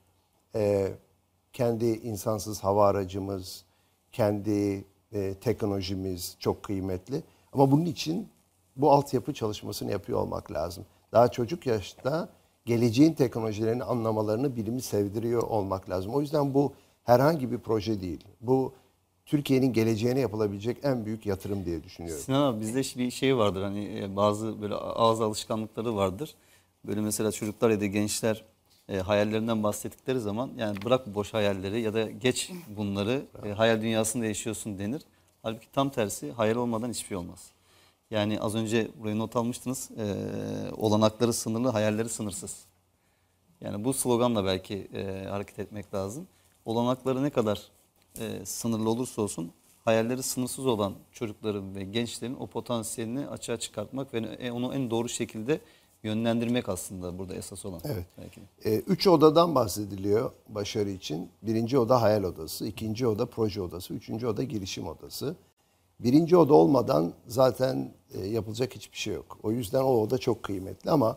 Kendi insansız hava aracımız, kendi teknolojimiz çok kıymetli. Ama bunun için bu altyapı çalışmasını yapıyor olmak lazım. Daha çocuk yaşta geleceğin teknolojilerini anlamalarını, bilimi sevdiriyor olmak lazım. O yüzden bu herhangi bir proje değil. Bu Türkiye'nin geleceğine yapılabilecek en büyük yatırım diye düşünüyorum. Sinan abi, bizde bir şey vardır, hani bazı böyle ağız alışkanlıkları vardır. Böyle mesela çocuklar ya da gençler hayallerinden bahsettikleri zaman yani bırak boş hayalleri ya da geç bunları, hayal dünyasında yaşıyorsun denir. Halbuki tam tersi, hayal olmadan hiçbir şey olmaz. Yani az önce buraya not almıştınız, olanakları sınırlı, hayalleri sınırsız. Yani bu sloganla belki hareket etmek lazım. Olanakları ne kadar sınırlı olursa olsun hayalleri sınırsız olan çocukların ve gençlerin o potansiyelini açığa çıkartmak ve onu en doğru şekilde yönlendirmek aslında burada esas olan. Evet. Belki. 3 odadan bahsediliyor başarı için. 1. oda hayal odası, 2. oda proje odası, 3. oda girişim odası. 1. oda olmadan zaten yapılacak hiçbir şey yok. O yüzden o oda çok kıymetli ama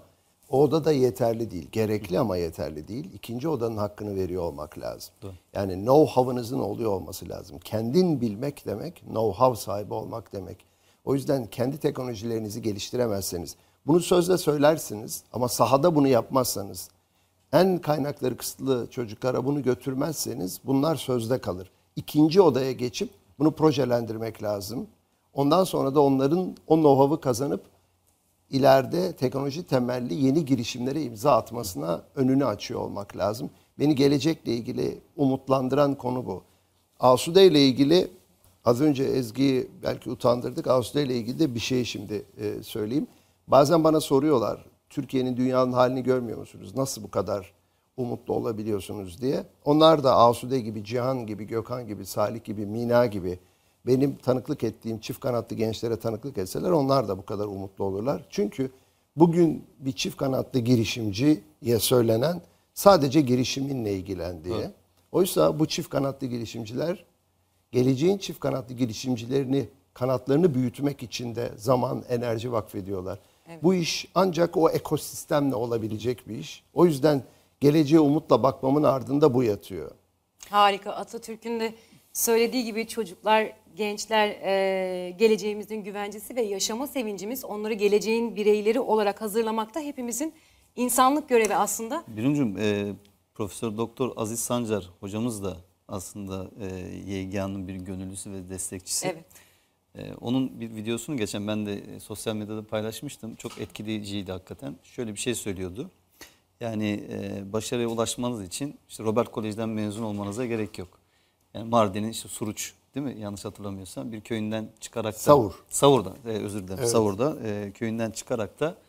O oda da yeterli değil. Gerekli ama yeterli değil. İkinci odanın hakkını veriyor olmak lazım. Yani know-how'ınızın oluyor olması lazım. Kendin bilmek demek, know-how sahibi olmak demek. O yüzden kendi teknolojilerinizi geliştiremezseniz, bunu sözle söylersiniz ama sahada bunu yapmazsanız, en kaynakları kısıtlı çocuklara bunu götürmezseniz bunlar sözde kalır. İkinci odaya geçip bunu projelendirmek lazım. Ondan sonra da onların o know-how'ı kazanıp ileride teknoloji temelli yeni girişimlere imza atmasına önünü açıyor olmak lazım. Beni gelecekle ilgili umutlandıran konu bu. Asude ile ilgili az önce Ezgi'yi belki utandırdık. Asude ile ilgili de bir şey şimdi söyleyeyim. Bazen bana soruyorlar, Türkiye'nin dünyanın halini görmüyor musunuz? Nasıl bu kadar umutlu olabiliyorsunuz diye. Onlar da Asude gibi, Cihan gibi, Gökhan gibi, Salih gibi, Mina gibi benim tanıklık ettiğim çift kanatlı gençlere tanıklık etseler onlar da bu kadar umutlu olurlar. Çünkü bugün bir çift kanatlı girişimciye söylenen sadece girişiminle ilgilendiği. Evet. Oysa bu çift kanatlı girişimciler geleceğin çift kanatlı girişimcilerini, kanatlarını büyütmek için de zaman, enerji vakfediyorlar. Evet. Bu iş ancak o ekosistemle olabilecek bir iş. O yüzden geleceğe umutla bakmamın ardında bu yatıyor. Harika. Atatürk'ün de söylediği gibi çocuklar, gençler geleceğimizin güvencesi ve yaşama sevincimiz. Onları geleceğin bireyleri olarak hazırlamakta hepimizin insanlık görevi aslında. Birumcuğum, Profesör Doktor Aziz Sancar hocamız da aslında YGA'nın bir gönüllüsü ve destekçisi. Evet. Onun bir videosunu geçen ben de sosyal medyada paylaşmıştım. Çok etkileyiciydi hakikaten. Şöyle bir şey söylüyordu. Yani başarıya ulaşmanız için işte Robert Kolej'den mezun olmanıza gerek yok. Yani Mardin'in işte Suruç, değil mi? Yanlış hatırlamıyorsam bir köyünden çıkarak da Savur'da özür dilerim. Evet. Savur'da köyünden çıkarak da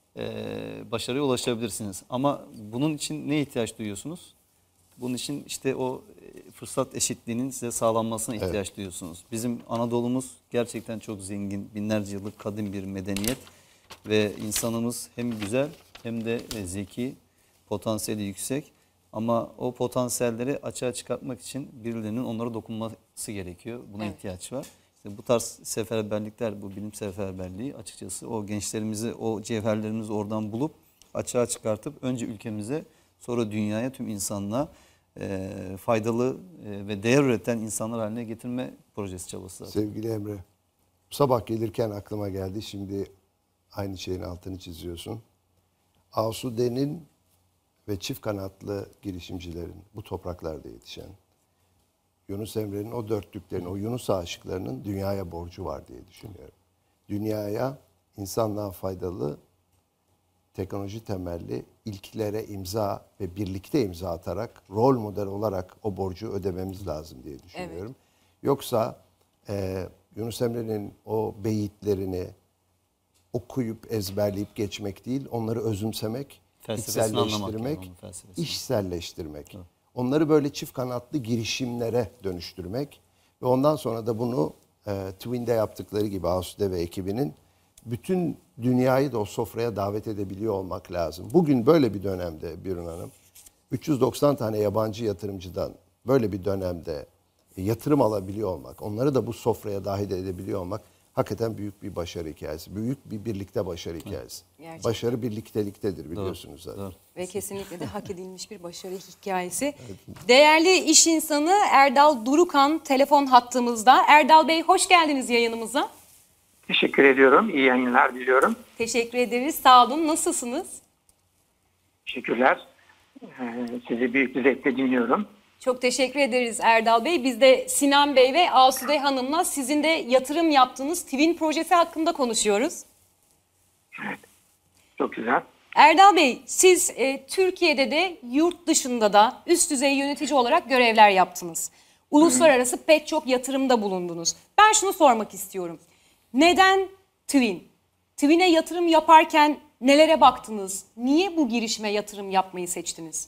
başarıya ulaşabilirsiniz. Ama bunun için ne ihtiyaç duyuyorsunuz? Bunun için işte o fırsat eşitliğinin size sağlanmasına ihtiyaç duyuyorsunuz. Bizim Anadolu'muz gerçekten çok zengin, binlerce yıllık kadim bir medeniyet ve insanımız hem güzel hem de zeki, potansiyeli yüksek. Ama o potansiyelleri açığa çıkartmak için birilerinin onlara dokunması gerekiyor. Buna ihtiyaç var. İşte bu tarz seferberlikler, bu bilim seferberliği açıkçası o gençlerimizi, o cevherlerimizi oradan bulup açığa çıkartıp önce ülkemize, sonra dünyaya, tüm insanlığa faydalı ve değer üreten insanlar haline getirme projesi çabası. Sevgili Emre, bu sabah gelirken aklıma geldi. Şimdi aynı şeyin altını çiziyorsun. Asude'nin ve çift kanatlı girişimcilerin, bu topraklarda yetişen, Yunus Emre'nin o dörtlüklerin, o Yunus aşıklarının dünyaya borcu var diye düşünüyorum. Dünyaya insanlığa faydalı, teknoloji temelli ilklere imza ve birlikte imza atarak, rol model olarak o borcu ödememiz lazım diye düşünüyorum. Evet. Yoksa Yunus Emre'nin o beyitlerini okuyup ezberleyip geçmek değil, onları özümsemek, içselleştirmek, işselleştirmek. Evet. Onları böyle çift kanatlı girişimlere dönüştürmek ve ondan sonra da bunu Twin'de yaptıkları gibi Asude ve ekibinin bütün dünyayı da o sofraya davet edebiliyor olmak lazım. Bugün böyle bir dönemde Birun Hanım, 390 tane yabancı yatırımcıdan böyle bir dönemde yatırım alabiliyor olmak, onları da bu sofraya dahil edebiliyor olmak hakikaten büyük bir başarı hikayesi. Büyük bir birlikte başarı hikayesi. Gerçekten. Başarı birlikteliktedir biliyorsunuz zaten. Doğru. Ve kesinlikle de hak edilmiş bir başarı hikayesi. Evet. Değerli iş insanı Erdal Durukan telefon hattımızda. Erdal Bey hoş geldiniz yayınımıza. Teşekkür ediyorum. İyi yayınlar diliyorum. Teşekkür ederiz. Sağ olun. Nasılsınız? Teşekkürler. Sizi büyük bir zevkle dinliyorum. Çok teşekkür ederiz Erdal Bey. Biz de Sinan Bey ve Asude Hanım'la sizin de yatırım yaptığınız Twin projesi hakkında konuşuyoruz. Evet. Çok güzel. Erdal Bey, siz Türkiye'de de yurt dışında da üst düzey yönetici olarak görevler yaptınız. Uluslararası pek çok yatırımda bulundunuz. Ben şunu sormak istiyorum. Neden Twin? Twin'e yatırım yaparken nelere baktınız? Niye bu girişime yatırım yapmayı seçtiniz?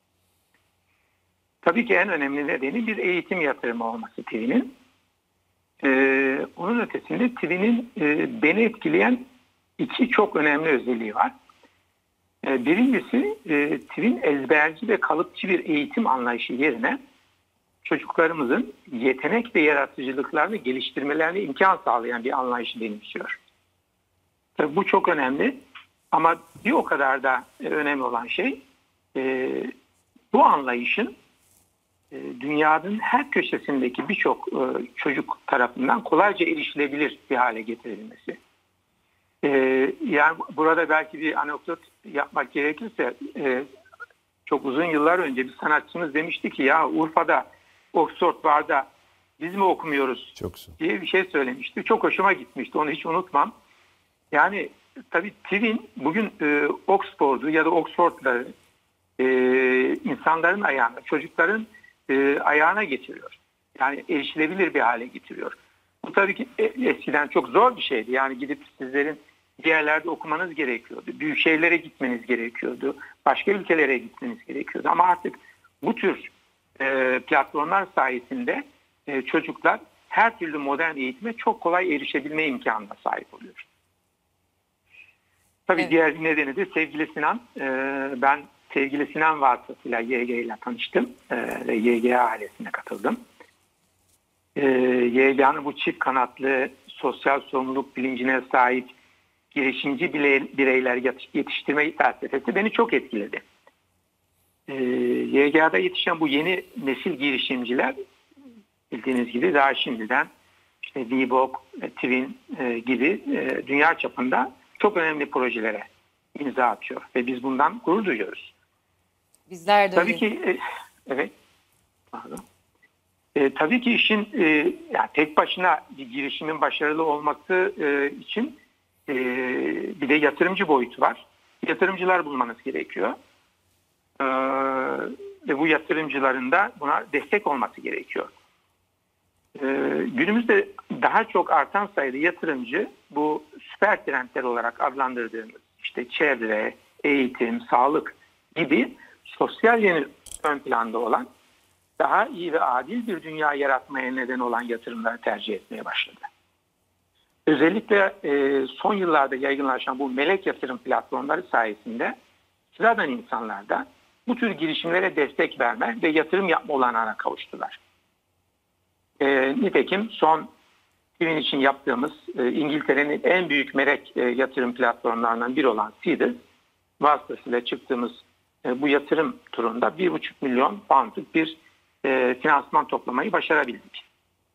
Tabii ki en önemli nedeni bir eğitim yatırımı olması Twin'in. Onun ötesinde Twin'in beni etkileyen iki çok önemli özelliği var. Birincisi Twin ezberci ve kalıpçı bir eğitim anlayışı yerine çocuklarımızın yetenek ve yaratıcılıklarını geliştirmelerine imkan sağlayan bir anlayışı benimsiyor. Tabii bu çok önemli. Ama bir o kadar da önemli olan şey bu anlayışın dünyanın her köşesindeki birçok çocuk tarafından kolayca erişilebilir bir hale getirilmesi. Yani burada belki bir anekdot yapmak gerekirse çok uzun yıllar önce bir sanatçımız demişti ki ya Urfa'da Oxford var da biz mi okumuyoruz diye bir şey söylemişti. Çok hoşuma gitmişti. Onu hiç unutmam. Yani tabii TİV'in bugün Oxford'u ya da Oxford'ları insanların ayağına, çocukların ayağına getiriyor. Yani erişilebilir bir hale getiriyor. Bu tabii ki eskiden çok zor bir şeydi. Yani gidip sizlerin bir yerlerde okumanız gerekiyordu. Büyük şehirlere gitmeniz gerekiyordu. Başka ülkelere gitmeniz gerekiyordu. Ama artık bu tür platformlar sayesinde çocuklar her türlü modern eğitime çok kolay erişebilme imkanına sahip oluyor. Tabii diğer bir nedeni de sevgili Sinan. Ben sevgili Sinan vasıtasıyla YG ile tanıştım ve YG ailesine katıldım. YG'nin bu çift kanatlı sosyal sorumluluk bilincine sahip girişimci bireyler yetiştirme felsefesi beni çok etkiledi. YG'de yetişen bu yeni nesil girişimciler bildiğiniz gibi daha şimdiden işte VBOK, TİV'in gibi dünya çapında çok önemli projelere imza atıyor ve biz bundan gurur duyuyoruz. Bizler de tabii öyle. ki evet. Pardon. Tabii ki işin yani tek başına bir girişimin başarılı olması için bir de yatırımcı boyutu var. Yatırımcılar bulmanız gerekiyor. Ve bu yatırımcıların da buna destek olması gerekiyor. Günümüzde daha çok artan sayıda yatırımcı bu süper trendler olarak adlandırdığımız işte çevre, eğitim, sağlık gibi sosyal yönü ön planda olan daha iyi ve adil bir dünya yaratmaya neden olan yatırımları tercih etmeye başladı. Özellikle son yıllarda yaygınlaşan bu melek yatırım platformları sayesinde sıradan insanlar da bu tür girişimlere destek verme ve yatırım yapma olanağına kavuştular. Nitekim son TİV'in için yaptığımız İngiltere'nin en büyük melek yatırım platformlarından biri olan Seedrs vasıtasıyla çıktığımız bu yatırım turunda 1,5 milyon poundluk bir finansman toplamayı başarabildik.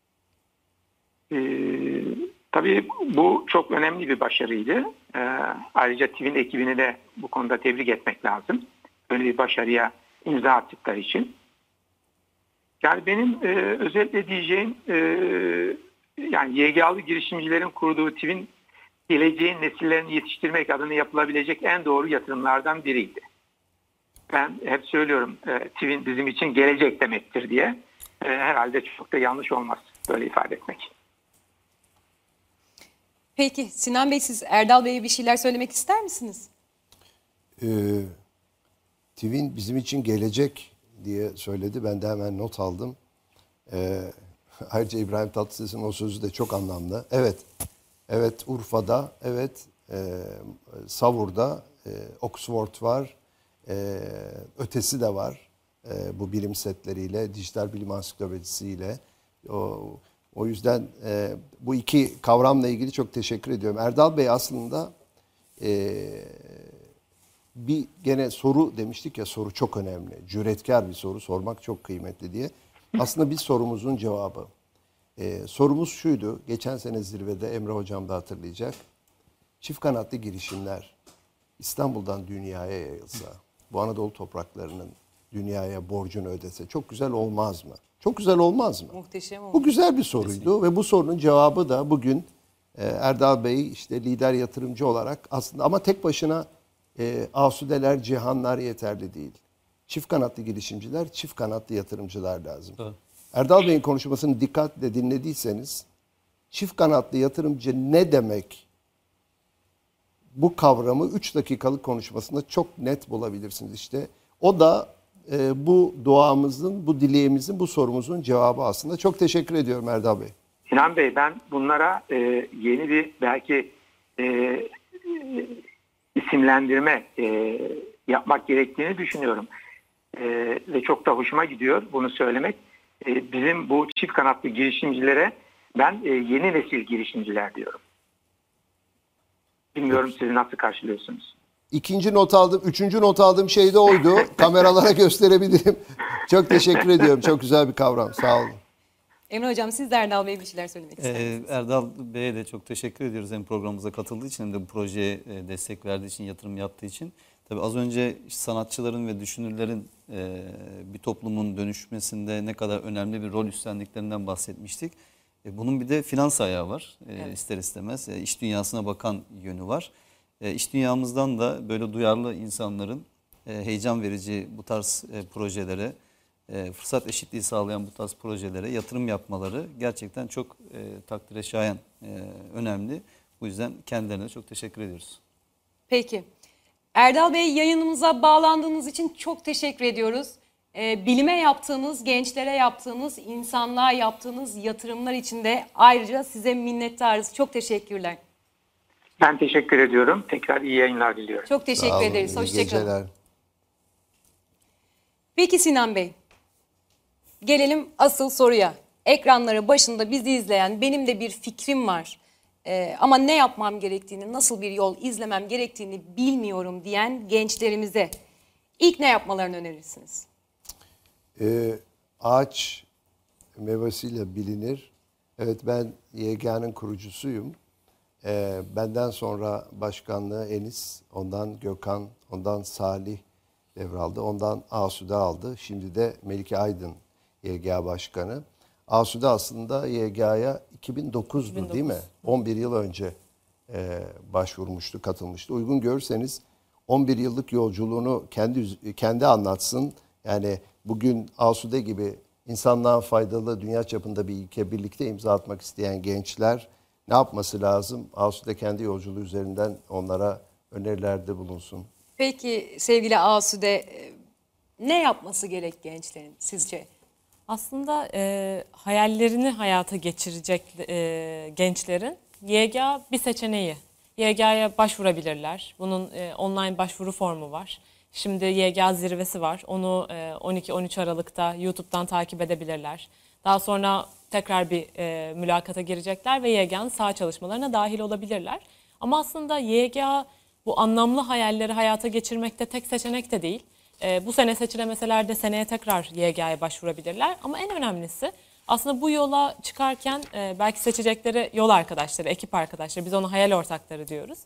Tabii bu çok önemli bir başarıydı. Ayrıca TİV'in ekibini de bu konuda tebrik etmek lazım. Böyle bir başarıya imza attıkları için. Yani benim özetle diyeceğim yani YGA'lı girişimcilerin kurduğu TİV'in geleceğin nesillerini yetiştirmek adına yapılabilecek en doğru yatırımlardan biriydi. Ben hep söylüyorum TİV'in bizim için gelecek demektir diye. Herhalde çok da yanlış olmaz böyle ifade etmek. Peki Sinan Bey, siz Erdal Bey'e bir şeyler söylemek ister misiniz? TİV'in bizim için gelecek diye söyledi. Ben de hemen not aldım. Ayrıca İbrahim Tatlıses'in o sözü de çok anlamlı. Evet Urfa'da, evet Savur'da Oxford var. Ötesi de var. Bu bilim setleriyle, dijital bilim ansiklopedisiyle. O yüzden bu iki kavramla ilgili çok teşekkür ediyorum. Erdal Bey aslında bir gene soru demiştik ya, soru çok önemli. Cüretkar bir soru sormak çok kıymetli diye. Aslında bir sorumuzun cevabı. Sorumuz şuydu. Geçen sene zirvede Emre Hocam da hatırlayacak. Çift kanatlı girişimler İstanbul'dan dünyaya yayılsa, bu Anadolu topraklarının dünyaya borcunu ödese çok güzel olmaz mı? Çok güzel olmaz mı? Muhteşem oldu. Bu güzel bir soruydu ve bu sorunun cevabı da bugün Erdal Bey işte lider yatırımcı olarak aslında, ama tek başına asudeler, cihanlar yeterli değil. Çift kanatlı girişimciler, çift kanatlı yatırımcılar lazım. Evet. Erdal Bey'in konuşmasını dikkatle dinlediyseniz çift kanatlı yatırımcı ne demek? Bu kavramı 3 dakikalık konuşmasında çok net bulabilirsiniz. İşte o da bu duamızın, bu dileğimizin, bu sorumuzun cevabı aslında. Çok teşekkür ediyorum Erdal Bey. Sinan Bey, ben bunlara yeni bir belki isimlendirme yapmak gerektiğini düşünüyorum. Ve çok da hoşuma gidiyor bunu söylemek. Bizim bu çift kanatlı girişimcilere ben yeni nesil girişimciler diyorum. Bilmiyorum siz nasıl karşılıyorsunuz? İkinci not aldım, üçüncü not aldığım şey de oydu. Kameralara gösterebilirim. Çok teşekkür ediyorum. Çok güzel bir kavram. Sağ olun. Emre Hocam siz de Erdal Bey'e bir şeyler söylemek ister misiniz? Erdal Bey'e de çok teşekkür ediyoruz hem programımıza katıldığı için hem de bu projeye destek verdiği için, yatırım yaptığı için. Tabii az önce sanatçıların ve düşünürlerin bir toplumun dönüşmesinde ne kadar önemli bir rol üstlendiklerinden bahsetmiştik. Bunun bir de finans ayağı var ister istemez. İş dünyasına bakan yönü var. İş dünyamızdan da böyle duyarlı insanların heyecan verici bu tarz projelere, fırsat eşitliği sağlayan bu tarz projelere yatırım yapmaları gerçekten çok takdire şayan önemli. Bu yüzden kendilerine çok teşekkür ediyoruz. Peki. Erdal Bey yayınımıza bağlandığınız için çok teşekkür ediyoruz. Bilime yaptığınız, gençlere yaptığınız, insanlığa yaptığınız yatırımlar için de ayrıca size minnettarız. Çok teşekkürler. Ben teşekkür ediyorum. Tekrar iyi yayınlar diliyorum. Çok teşekkür Sağ olun, ederiz. iyi Hoşçakalın. geceler. Peki Sinan Bey, gelelim asıl soruya. Ekranları başında bizi izleyen benim de bir fikrim var. Ama ne yapmam gerektiğini, nasıl bir yol izlemem gerektiğini bilmiyorum diyen gençlerimize ilk ne yapmalarını önerirsiniz? Ağaç meyvesiyle bilinir. Evet, ben YGA'nın kurucusuyum. Benden sonra başkanlığı Enis, ondan Gökhan, ondan Salih devraldı. Ondan Asude aldı. Şimdi de Melike Aydın YGA Başkanı. Asude aslında YGA'ya 2009'du değil mi? 11 yıl önce başvurmuştu, katılmıştı. Uygun görürseniz 11 yıllık yolculuğunu kendi anlatsın. Yani bugün Asude gibi insanlığa faydalı, dünya çapında bir ilke birlikte imza atmak isteyen gençler ne yapması lazım? Asude kendi yolculuğu üzerinden onlara önerilerde bulunsun. Peki sevgili Asude, ne yapması gerek gençlerin sizce? Aslında hayallerini hayata geçirecek gençlerin YGA bir seçeneği. YGA'ya başvurabilirler. Bunun online başvuru formu var. Şimdi YGA zirvesi var. Onu 12-13 Aralık'ta YouTube'dan takip edebilirler. Daha sonra tekrar bir mülakata girecekler ve YGA'nın saha çalışmalarına dahil olabilirler. Ama aslında YGA bu anlamlı hayalleri hayata geçirmekte tek seçenek de değil. Bu sene seçilemeseler de seneye tekrar YGA'ya başvurabilirler. Ama en önemlisi aslında bu yola çıkarken belki seçecekleri yol arkadaşları, ekip arkadaşları, biz ona hayal ortakları diyoruz.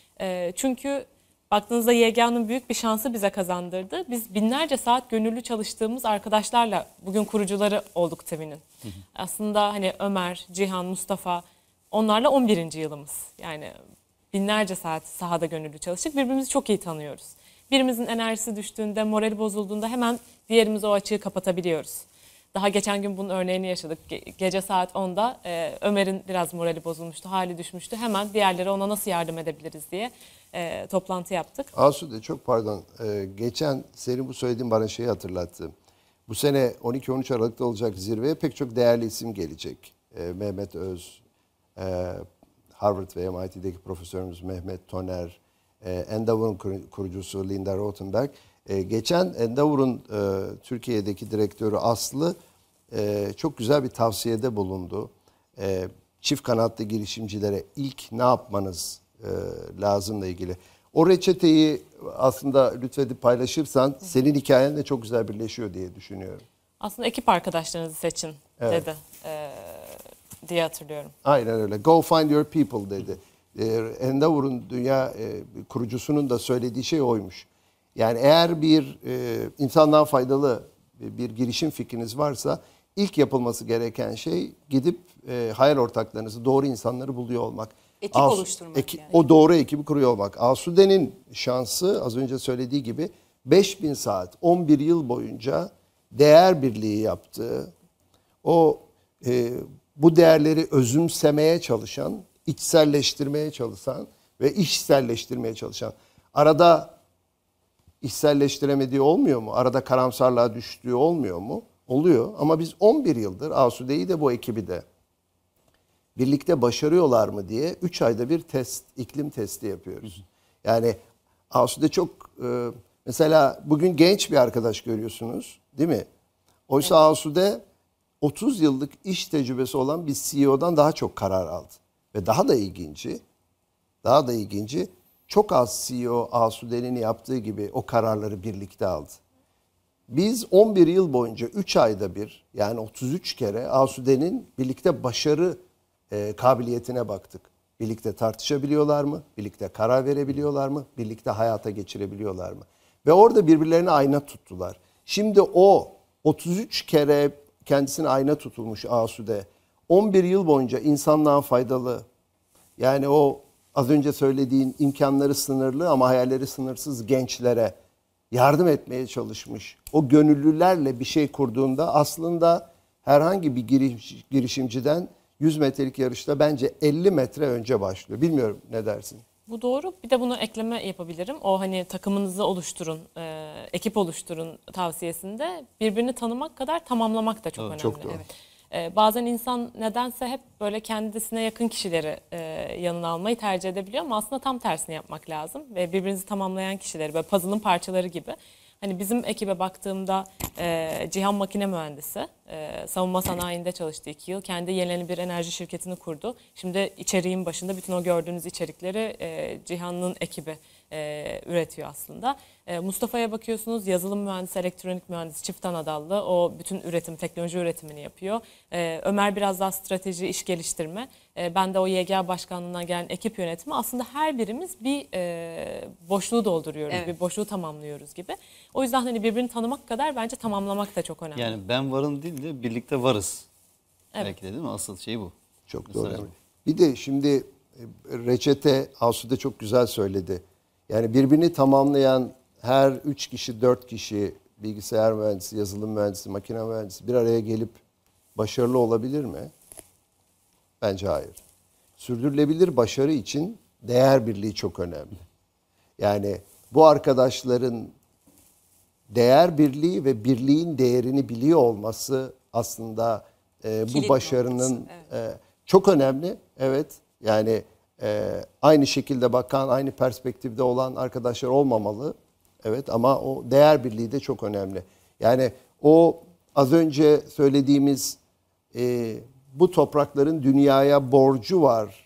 Çünkü baktığınızda YGA'nın büyük bir şansı bize kazandırdı. Biz binlerce saat gönüllü çalıştığımız arkadaşlarla bugün kurucuları olduk TİV'nin. Aslında hani Ömer, Cihan, Mustafa, onlarla 11. yılımız. Yani binlerce saat sahada gönüllü çalıştık. Birbirimizi çok iyi tanıyoruz. Birimizin enerjisi düştüğünde, morali bozulduğunda hemen diğerimiz o açığı kapatabiliyoruz. Daha geçen gün bunun örneğini yaşadık. Gece saat 10'da Ömer'in biraz morali bozulmuştu, hali düşmüştü. Hemen diğerleri ona nasıl yardım edebiliriz diye toplantı yaptık. Asude çok pardon. Geçen senin bu söylediğin bana şeyi hatırlattı. Bu sene 12-13 Aralık'ta olacak zirveye pek çok değerli isim gelecek. Mehmet Öz, Harvard ve MIT'deki profesörümüz Mehmet Toner, Endeavor'un kurucusu Linda Rothenberg. Geçen Endeavor'un Türkiye'deki direktörü Aslı çok güzel bir tavsiyede bulundu. Çift kanatlı girişimcilere ilk ne yapmanız lazımla ilgili. O reçeteyi aslında lütfedip paylaşırsan senin hikayenle çok güzel birleşiyor diye düşünüyorum. Aslında ekip arkadaşlarınızı seçin dedi diye hatırlıyorum. Aynen öyle. Go find your people dedi. Endeavor'un dünya kurucusunun da söylediği şey oymuş. Yani eğer bir insanlığa faydalı bir girişim fikriniz varsa ilk yapılması gereken şey gidip hayal ortaklarınızı, doğru insanları buluyor olmak. Ekip oluşturmak yani. O doğru ekibi kuruyor olmak. Asude'nin şansı az önce söylediği gibi 5000 saat, 11 yıl boyunca değer birliği yaptığı, bu değerleri özümsemeye çalışan, içselleştirmeye çalışan ve işselleştirmeye çalışan. Arada içselleştiremediği olmuyor mu? Arada karamsarlığa düştüğü olmuyor mu? Oluyor. Ama biz 11 yıldır Asude'yi de bu ekibi de birlikte başarıyorlar mı diye 3 ayda bir iklim testi yapıyoruz. Yani Asude çok mesela bugün genç bir arkadaş görüyorsunuz değil mi? Oysa evet. Asude 30 yıllık iş tecrübesi olan bir CEO'dan daha çok karar aldı. Ve daha da ilginci çok az CEO Asude'nin yaptığı gibi o kararları birlikte aldı. Biz 11 yıl boyunca 3 ayda bir, yani 33 kere Asude'nin birlikte başarı kabiliyetine baktık. Birlikte tartışabiliyorlar mı? Birlikte karar verebiliyorlar mı? Birlikte hayata geçirebiliyorlar mı? Ve orada birbirlerine ayna tuttular. Şimdi o 33 kere kendisine ayna tutulmuş Asude 11 yıl boyunca insanlığa faydalı, yani o az önce söylediğin imkanları sınırlı ama hayalleri sınırsız gençlere yardım etmeye çalışmış. O gönüllülerle bir şey kurduğunda aslında herhangi bir girişimciden 100 metrelik yarışta bence 50 metre önce başlıyor. Bilmiyorum, ne dersin? Bu doğru. Bir de bunu ekleme yapabilirim. O hani takımınızı oluşturun, ekip oluşturun tavsiyesinde birbirini tanımak kadar tamamlamak da çok önemli. Çok doğru. Bazen insan nedense hep böyle kendisine yakın kişileri yanına almayı tercih edebiliyor ama aslında tam tersini yapmak lazım. Ve birbirinizi tamamlayan kişileri, böyle puzzle'ın parçaları gibi. Hani bizim ekibe baktığımda Cihan makine mühendisi, savunma sanayinde çalıştı 2 yıl. Kendi yenilenebilir enerji şirketini kurdu. Şimdi içeriğin başında bütün o gördüğünüz içerikleri Cihan'ın ekibi üretiyor aslında. Mustafa'ya bakıyorsunuz, yazılım mühendisi, elektronik mühendisi, çift anadallı. O bütün üretim, teknoloji üretimini yapıyor. Ömer biraz daha strateji, iş geliştirme. Ben de o YGA başkanlığından gelen ekip yönetimi. Aslında her birimiz bir boşluğu dolduruyoruz, Evet. bir boşluğu tamamlıyoruz gibi. O yüzden hani birbirini tanımak kadar bence tamamlamak da çok önemli. Yani ben varım değil de birlikte varız. Evet. Belki de değil mi? Asıl şey bu. Çok Mesaj doğru. bu. Bir de şimdi reçete Asude çok güzel söyledi. Yani birbirini tamamlayan her 3 kişi, 4 kişi, bilgisayar mühendisi, yazılım mühendisi, makine mühendisi bir araya gelip başarılı olabilir mi? Bence hayır. Sürdürülebilir başarı için değer birliği çok önemli. Yani bu arkadaşların değer birliği ve birliğin değerini biliyor olması aslında bu Kilit başarının noktası, çok önemli. Evet, yani aynı şekilde bakan, aynı perspektifte olan arkadaşlar olmamalı. Evet, ama o değer birliği de çok önemli. Yani o az önce söylediğimiz bu toprakların dünyaya borcu var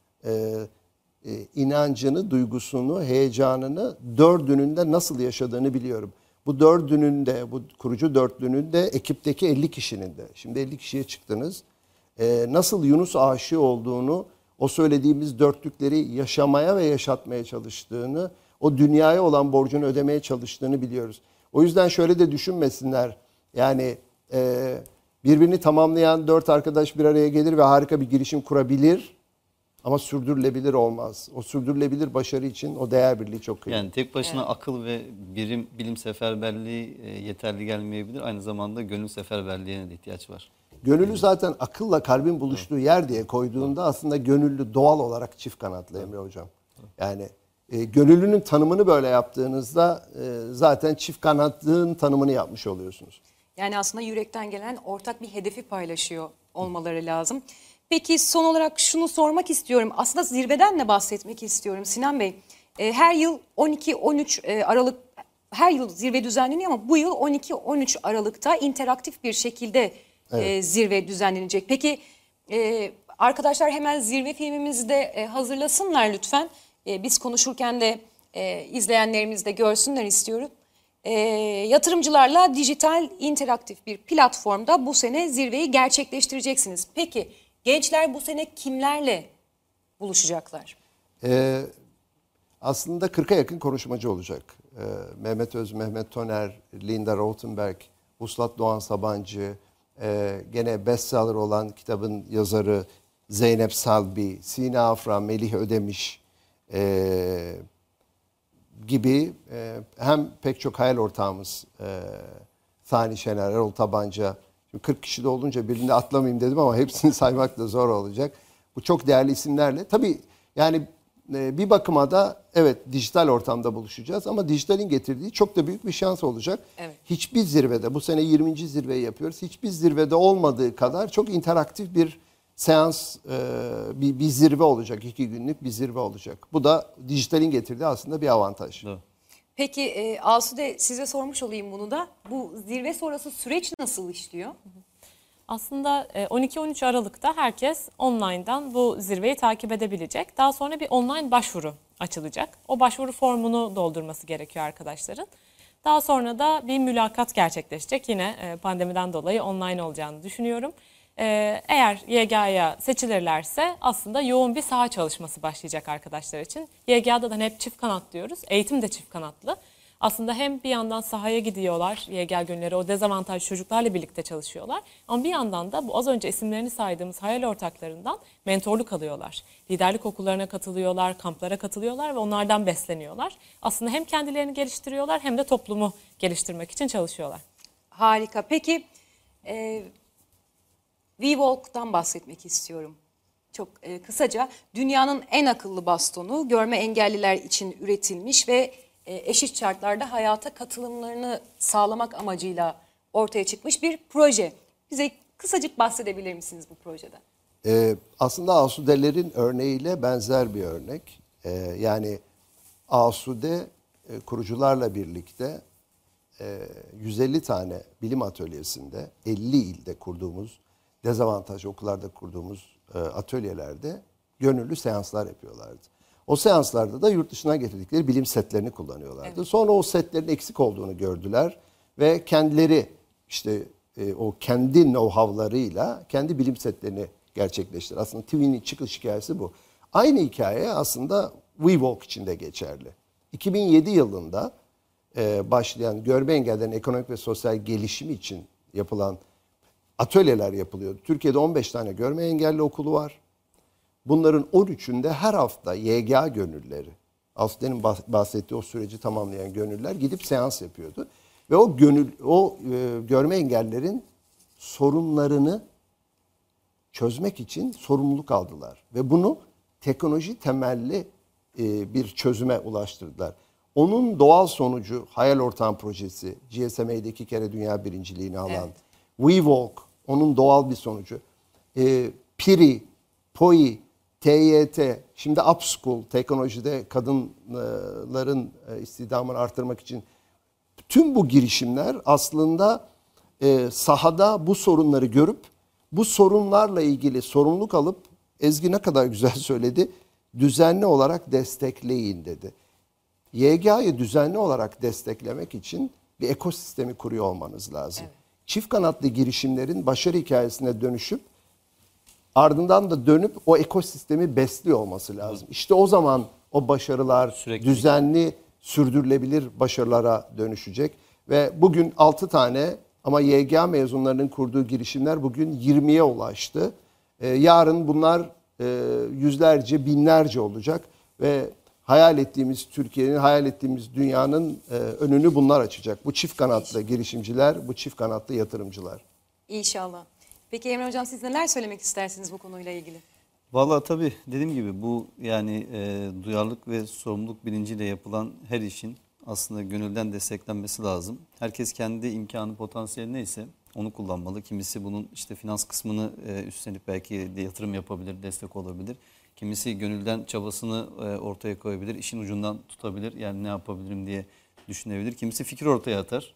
inancını, duygusunu, heyecanını dördünün de nasıl yaşadığını biliyorum. Bu dördünün de, bu kurucu dörtlünün de ekipteki 50 kişinin de. Şimdi 50 kişiye çıktınız. Nasıl Yunus aşığı olduğunu, o söylediğimiz dörtlükleri yaşamaya ve yaşatmaya çalıştığını, o dünyaya olan borcunu ödemeye çalıştığını biliyoruz. O yüzden şöyle de düşünmesinler. Yani birbirini tamamlayan 4 arkadaş bir araya gelir ve harika bir girişim kurabilir. Ama sürdürülebilir olmaz. O sürdürülebilir başarı için o değer birliği çok kıymetli. Yani tek başına akıl ve bilim seferberliği yeterli gelmeyebilir. Aynı zamanda gönül seferberliğine de ihtiyaç var. Gönüllü zaten akılla kalbin buluştuğu yer diye koyduğunda aslında gönüllü doğal olarak çift kanatlı Emre Hocam. Yani gönüllünün tanımını böyle yaptığınızda zaten çift kanatlığın tanımını yapmış oluyorsunuz. Yani aslında yürekten gelen ortak bir hedefi paylaşıyor olmaları lazım. Peki son olarak şunu sormak istiyorum. Aslında zirveden de bahsetmek istiyorum Sinan Bey. Her yıl 12-13 Aralık, her yıl zirve düzenleniyor ama bu yıl 12-13 Aralık'ta interaktif bir şekilde zirve düzenlenecek. Peki arkadaşlar hemen zirve filmimizi de hazırlasınlar lütfen. Biz konuşurken de izleyenlerimiz de görsünler istiyorum. Yatırımcılarla dijital interaktif bir platformda bu sene zirveyi gerçekleştireceksiniz. Peki gençler bu sene kimlerle buluşacaklar? Aslında 40'a yakın konuşmacı olacak. Mehmet Öz, Mehmet Toner, Linda Rothenberg, Vuslat Doğan Sabancı, gene bestseller olan kitabın yazarı Zeynep Salbi, Sina Afra, Melih Ödemiş gibi hem pek çok hayal ortağımız Sani Şener, Erol Tabanca. Şimdi 40 kişi de olunca birinde atlamayayım dedim ama hepsini saymak da zor olacak. Bu çok değerli isimlerle. Tabii yani bir bakıma da evet dijital ortamda buluşacağız ama dijitalin getirdiği çok da büyük bir şans olacak. Evet. Hiçbir zirvede, bu sene 20. zirveyi yapıyoruz. Hiçbir zirvede olmadığı kadar çok interaktif bir seans, bir zirve olacak. 2 günlük bir zirve olacak. Bu da dijitalin getirdiği aslında bir avantaj. Doğru. Peki Asude size sormuş olayım bunu da. Bu zirve sonrası süreç nasıl işliyor? Aslında 12-13 Aralık'ta herkes online'dan bu zirveyi takip edebilecek. Daha sonra bir online başvuru açılacak. O başvuru formunu doldurması gerekiyor arkadaşların. Daha sonra da bir mülakat gerçekleşecek. Yine pandemiden dolayı online olacağını düşünüyorum. Eğer YGA'ya seçilirlerse aslında yoğun bir saha çalışması başlayacak arkadaşlar için. YGA'da da hep çift kanat diyoruz. Eğitim de çift kanatlı. Aslında hem bir yandan sahaya gidiyorlar, YGA günleri o dezavantajlı çocuklarla birlikte çalışıyorlar. Ama bir yandan da bu az önce isimlerini saydığımız hayal ortaklarından mentorluk alıyorlar. Liderlik okullarına katılıyorlar, kamplara katılıyorlar ve onlardan besleniyorlar. Aslında hem kendilerini geliştiriyorlar hem de toplumu geliştirmek için çalışıyorlar. Harika. Peki WeWalk'tan bahsetmek istiyorum. Çok kısaca dünyanın en akıllı bastonu görme engelliler için üretilmiş ve eşit şartlarda hayata katılımlarını sağlamak amacıyla ortaya çıkmış bir proje. Bize kısacık bahsedebilir misiniz bu projeden? Aslında Asude'lerin örneğiyle benzer bir örnek. Yani Asude kurucularla birlikte 150 tane bilim atölyesinde 50 ilde kurduğumuz, dezavantajlı okullarda kurduğumuz atölyelerde gönüllü seanslar yapıyorlardı. O seanslarda da yurt dışına getirdikleri bilim setlerini kullanıyorlardı. Evet. Sonra o setlerin eksik olduğunu gördüler ve kendileri işte o kendi know-how'larıyla kendi bilim setlerini gerçekleştirdiler. Aslında TV'nin çıkış hikayesi bu. Aynı hikaye aslında WeWalk için de geçerli. 2007 yılında başlayan görme engellilerin ekonomik ve sosyal gelişimi için yapılan atölyeler yapılıyordu. Türkiye'de 15 tane görme engelli okulu var. Bunların 13'ünde her hafta YGA gönüllüleri, Aslı'nın bahsettiği o süreci tamamlayan gönüllüler gidip seans yapıyordu. Ve o görme engellilerin sorunlarını çözmek için sorumluluk aldılar. Ve bunu teknoloji temelli bir çözüme ulaştırdılar. Onun doğal sonucu Hayal Ortağım projesi, GSMA'de 2 kere dünya birinciliğini alan, WeWalk, onun doğal bir sonucu. PIRI, POI, TYT, şimdi Upschool, teknolojide kadınların istihdamını artırmak için tüm bu girişimler aslında sahada bu sorunları görüp bu sorunlarla ilgili sorumluluk alıp, Ezgi ne kadar güzel söyledi, düzenli olarak destekleyin dedi. YGA'yı düzenli olarak desteklemek için bir ekosistemi kuruyor olmanız lazım. Evet. Çift kanatlı girişimlerin başarı hikayesine dönüşüp ardından da dönüp o ekosistemi besliyor olması lazım. İşte o zaman o başarılar sürekli düzenli, sürdürülebilir başarılara dönüşecek. Ve bugün 6 tane ama YGA mezunlarının kurduğu girişimler bugün 20'ye ulaştı. Yarın bunlar yüzlerce, binlerce olacak ve hayal ettiğimiz Türkiye'nin, hayal ettiğimiz dünyanın önünü bunlar açacak. Bu çift kanatlı girişimciler, bu çift kanatlı yatırımcılar. İnşallah. Peki Emre Hocam, siz neler söylemek istersiniz bu konuyla ilgili? Vallahi tabii dediğim gibi bu yani duyarlılık ve sorumluluk bilinciyle yapılan her işin aslında gönülden desteklenmesi lazım. Herkes kendi imkanı, potansiyeli neyse onu kullanmalı. Kimisi bunun işte finans kısmını üstlenip belki de yatırım yapabilir, destek olabilir. Kimisi gönülden çabasını ortaya koyabilir, işin ucundan tutabilir. Yani ne yapabilirim diye düşünebilir. Kimisi fikir ortaya atar.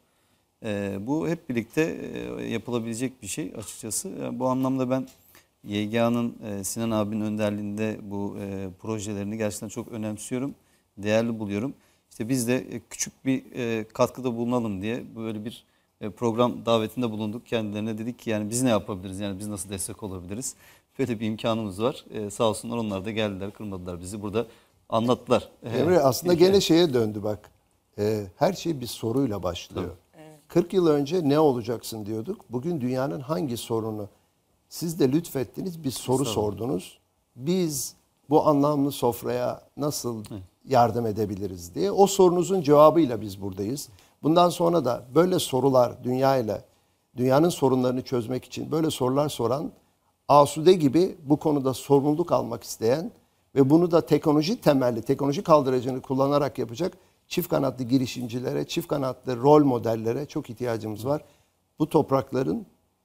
Bu hep birlikte yapılabilecek bir şey açıkçası. Bu anlamda ben YGA'nın Sinan abinin önderliğinde bu projelerini gerçekten çok önemsiyorum, değerli buluyorum. İşte biz de küçük bir katkıda bulunalım diye böyle bir program davetinde bulunduk. Kendilerine dedik ki yani biz ne yapabiliriz, yani biz nasıl destek olabiliriz? Böyle bir imkanımız var. Sağ olsunlar, onlar da geldiler, kırmadılar bizi, burada anlattılar. Emre aslında gene şeye döndü bak. Her şey bir soruyla başlıyor. Evet. 40 yıl önce ne olacaksın diyorduk. Bugün dünyanın hangi sorunu? Siz de lütfettiniz, bir soru sordunuz. Biz bu anlamlı sofraya nasıl yardım edebiliriz diye. O sorunuzun cevabıyla biz buradayız. Bundan sonra da böyle sorular dünyanın sorunlarını çözmek için böyle sorular soran, Asude gibi bu konuda sorumluluk almak isteyen ve bunu da teknoloji temelli, teknoloji kaldıracını kullanarak yapacak çift kanatlı girişimcilere, çift kanatlı rol modellere çok ihtiyacımız var. Bu toprakların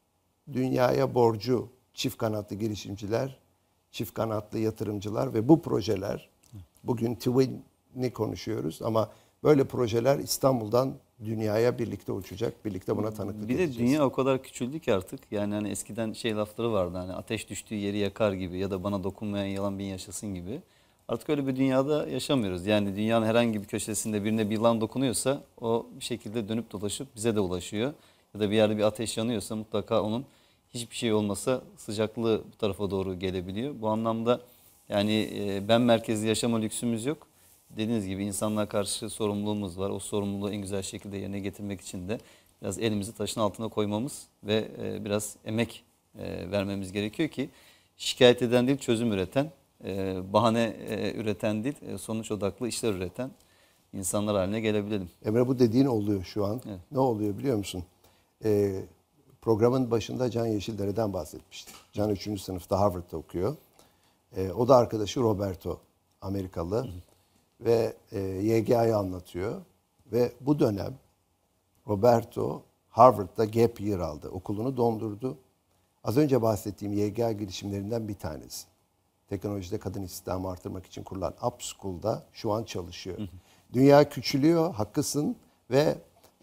dünyaya borcu çift kanatlı girişimciler, çift kanatlı yatırımcılar ve bu projeler, bugün Twin'i konuşuyoruz ama böyle projeler İstanbul'dan dünyaya birlikte uçacak, birlikte buna tanıklık Bir de edeceğiz. dünya o kadar küçüldü ki artık. Yani hani eskiden şey lafları vardı, hani ateş düştüğü yeri yakar gibi ya da bana dokunmayan yalan bin yaşasın gibi. Artık öyle bir dünyada yaşamıyoruz. Yani dünyanın herhangi bir köşesinde birine bir yılan dokunuyorsa o bir şekilde dönüp dolaşıp bize de ulaşıyor. Ya da bir yerde bir ateş yanıyorsa mutlaka onun hiçbir şey olmasa sıcaklığı bu tarafa doğru gelebiliyor. Bu anlamda yani ben merkezli yaşama lüksümüz yok. Dediğiniz gibi insanlığa karşı sorumluluğumuz var. O sorumluluğu en güzel şekilde yerine getirmek için de biraz elimizi taşın altına koymamız ve biraz emek vermemiz gerekiyor ki şikayet eden değil, çözüm üreten, bahane üreten değil, sonuç odaklı işler üreten insanlar haline gelebilelim. Emre, bu dediğin oluyor şu an. Evet. Ne oluyor biliyor musun? Programın başında Can Yeşildere'den bahsetmiştik. Can 3. sınıfta Harvard'da okuyor. O da arkadaşı Roberto, Amerikalı. Ve YGA'yı anlatıyor. Ve bu dönem Roberto Harvard'da gap year aldı. Okulunu dondurdu. Az önce bahsettiğim YGA girişimlerinden bir tanesi. Teknolojide kadın istihdamı artırmak için kurulan Upschool'da şu an çalışıyor. Dünya küçülüyor, haklısın ve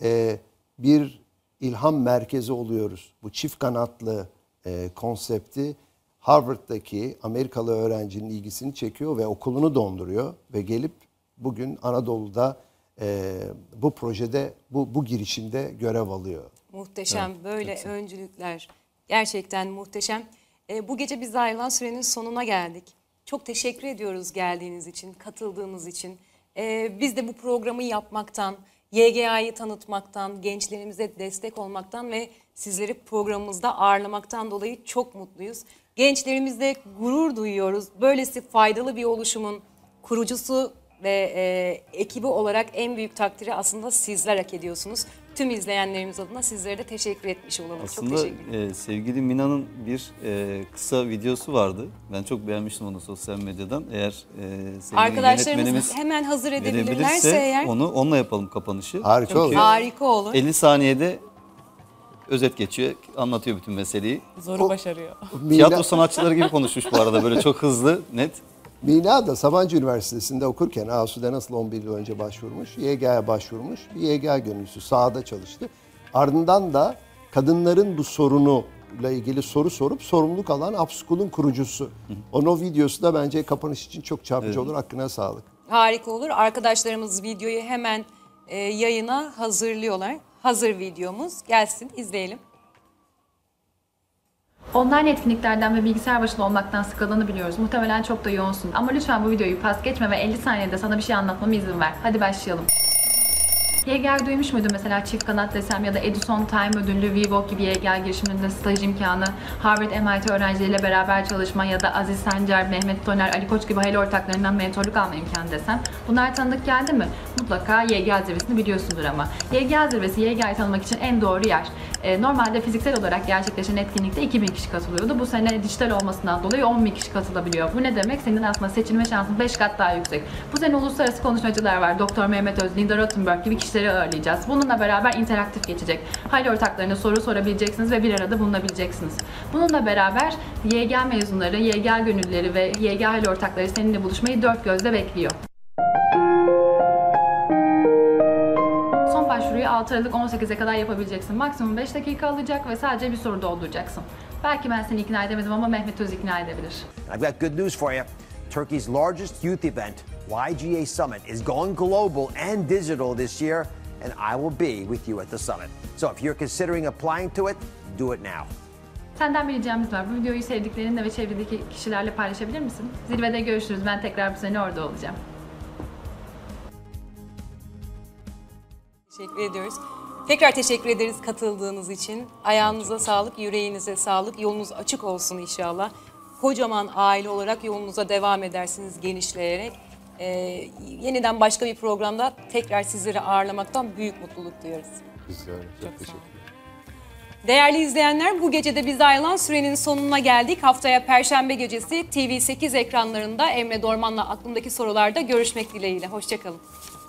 bir ilham merkezi oluyoruz. Bu çift kanatlı konsepti Harvard'daki Amerikalı öğrencinin ilgisini çekiyor ve okulunu donduruyor ve gelip bugün Anadolu'da bu projede, bu girişimde görev alıyor. Muhteşem, böyle öncülükler gerçekten muhteşem. Bu gece biz ayrılan sürenin sonuna geldik. Çok teşekkür ediyoruz geldiğiniz için, katıldığınız için. Biz de bu programı yapmaktan, YGA'yı tanıtmaktan, gençlerimize destek olmaktan ve sizleri programımızda ağırlamaktan dolayı çok mutluyuz. Gençlerimizle gurur duyuyoruz. Böylesi faydalı bir oluşumun kurucusu ve ekibi olarak en büyük takdiri aslında sizler hak ediyorsunuz. Tüm izleyenlerimiz adına sizlere de teşekkür etmiş olalım. Aslında çok teşekkür ederim. Sevgili Mina'nın bir kısa videosu vardı. Ben çok beğenmiştim onu sosyal medyadan. Eğer sevgili Arkadaşlarımız yönetmenimiz hemen hazır edebilirlerse verebilirse eğer onunla yapalım kapanışı. Harika olur. harika olur. 50 saniyede özet geçiyor, anlatıyor bütün meseleyi. Zoru başarıyor. Tiyatro sanatçıları gibi konuşmuş bu arada, böyle çok hızlı, net. Mina da Sabancı Üniversitesi'nde okurken Asude nasıl 11 yıl önce başvurmuş, YGA'ya başvurmuş. Bir YGA gönüllüsü sahada çalıştı. Ardından da kadınların bu sorunuyla ilgili soru sorup sorumluluk alan Upschool'un kurucusu. Onun o videosu da bence kapanış için çok çarpıcı olur. Hakkına sağlık. Harika olur. Arkadaşlarımız videoyu hemen yayına hazırlıyorlar. Hazır videomuz gelsin, izleyelim. Online etkinliklerden ve bilgisayar başında olmaktan sıkıldığını biliyoruz. Muhtemelen çok da yoğunsun. Ama lütfen bu videoyu pas geçme ve 50 saniyede sana bir şey anlatmama izin ver. Hadi başlayalım. YGA duymuş muydun mesela çift kanat desem ya da Edison Time ödüllü Vivok gibi YGA girişiminde staj imkanı, Harvard MIT öğrencileriyle beraber çalışma ya da Aziz Sancar, Mehmet Toner, Ali Koç gibi hayali ortaklarından mentorluk alma imkanı desem bunlar tanıdık geldi mi? Mutlaka YGA zirvesini biliyorsundur ama. YGA zirvesi YGA'yı tanımak için en doğru yer. Normalde fiziksel olarak gerçekleşen etkinlikte 2000 kişi katılıyordu. Bu sene dijital olmasından dolayı 10.000 kişi katılabiliyor. Bu ne demek? Senin aslında seçilme şansın 5 kat daha yüksek. Bu sene uluslararası konuşmacılar var. Doktor Mehmet Öz, Linda Rottenberg gibi kişileri ağırlayacağız. Bununla beraber interaktif geçecek. Hayli ortaklarına soru sorabileceksiniz ve bir arada bulunabileceksiniz. Bununla beraber YGA mezunları, YGA gönüllüleri ve YGA hayli ortakları seninle buluşmayı dört gözle bekliyor. Son başvuruyu 6 Aralık 18'e kadar yapabileceksin. Maksimum 5 dakika alacak ve sadece bir soru dolduracaksın. Belki ben seni ikna edemedim ama Mehmet Öz ikna edebilir. I've got good news for you. Turkey's largest youth event, YGA Summit, is going global and digital this year, and I will be with you at the summit. So if you're considering applying to it, do it now. Senden bir ricamız var. Bu videoyu sevdiklerinle ve çevredeki kişilerle paylaşabilir misin? Zirvede görüşürüz. Ben tekrar bu sene orada olacağım. Teşekkür ediyoruz. Tekrar teşekkür ederiz katıldığınız için. Ayağınıza sağlık, yüreğinize sağlık. Yolunuz açık olsun inşallah. Kocaman aile olarak yolunuza devam edersiniz genişleyerek. Yeniden başka bir programda tekrar sizleri ağırlamaktan büyük mutluluk duyuyoruz. Güzel, çok teşekkür ederim. Değerli izleyenler, bu gece de biz ayrılan sürenin sonuna geldik. Haftaya Perşembe gecesi TV8 ekranlarında Emre Dorman'la Aklımdaki Sorular'da görüşmek dileğiyle. Hoşça kalın.